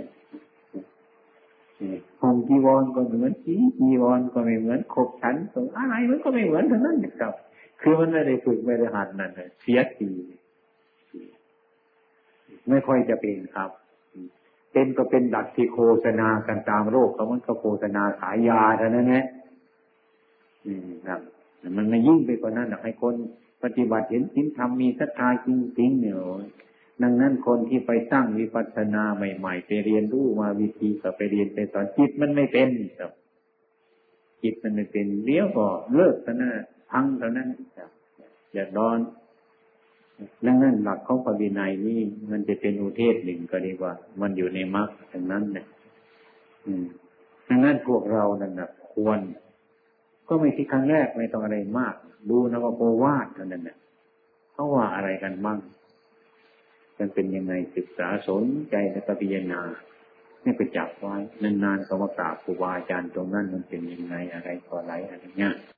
ห่มจีวรก็ไม่เหมือนจีจีวรก็ไม่เหมือนขบฉันตรงอะไรมันก็ไม่เหมือนทั้งนั้นครับคือมันไม่ได้ฝึกไม่ได้หัดนั่นเลยเสียทีไม่ค่อยจะเป็นครับเป็นก็เป็นดัดที่โฆษณากันตามโลกเขามันก็โฆษณาขายยาเท่านั้นแหละนี่ครับมันไม่ยิ่งไปกว่านั้นให้คนปฏิบัติเห็นศีลธรรมมีศรัทธาจริงๆเนี่ยดังนั้นคนที่ไปสร้างวิปัสสนาใหม่ๆไปเรียนรู้มาวิธีก็ไปเรียนไปสอนจิตมันไม่เป็นครับจิตมันไม่เป็นเดี๋ยวก็เลิกเท่านั้นพังเท่านั้นครับอย่าร้อนดังนั้นหลักของพระวินัยนี่มันจะเป็นอุเทศหนึ่งก็ดีกว่ามันอยู่ในมรรคดังนั้นเนี่ยดังนั้นพวกเรานั่นนะควรก็ไม่ที่ครั้งแรกไม่ต้องอะไรมากดูนวโปวาทเท่านั้นเนี่ยเขาว่าอะไรกันบ้างมันเป็นยังไงศึกษาสนใจแล้วก็พิจารณาไม่ไปจับไว้นานๆก็มากราบครูบาอาจารย์ตรงนั้นมันเป็นยังไงอะไรต่ออะไรอะไรเงี้ย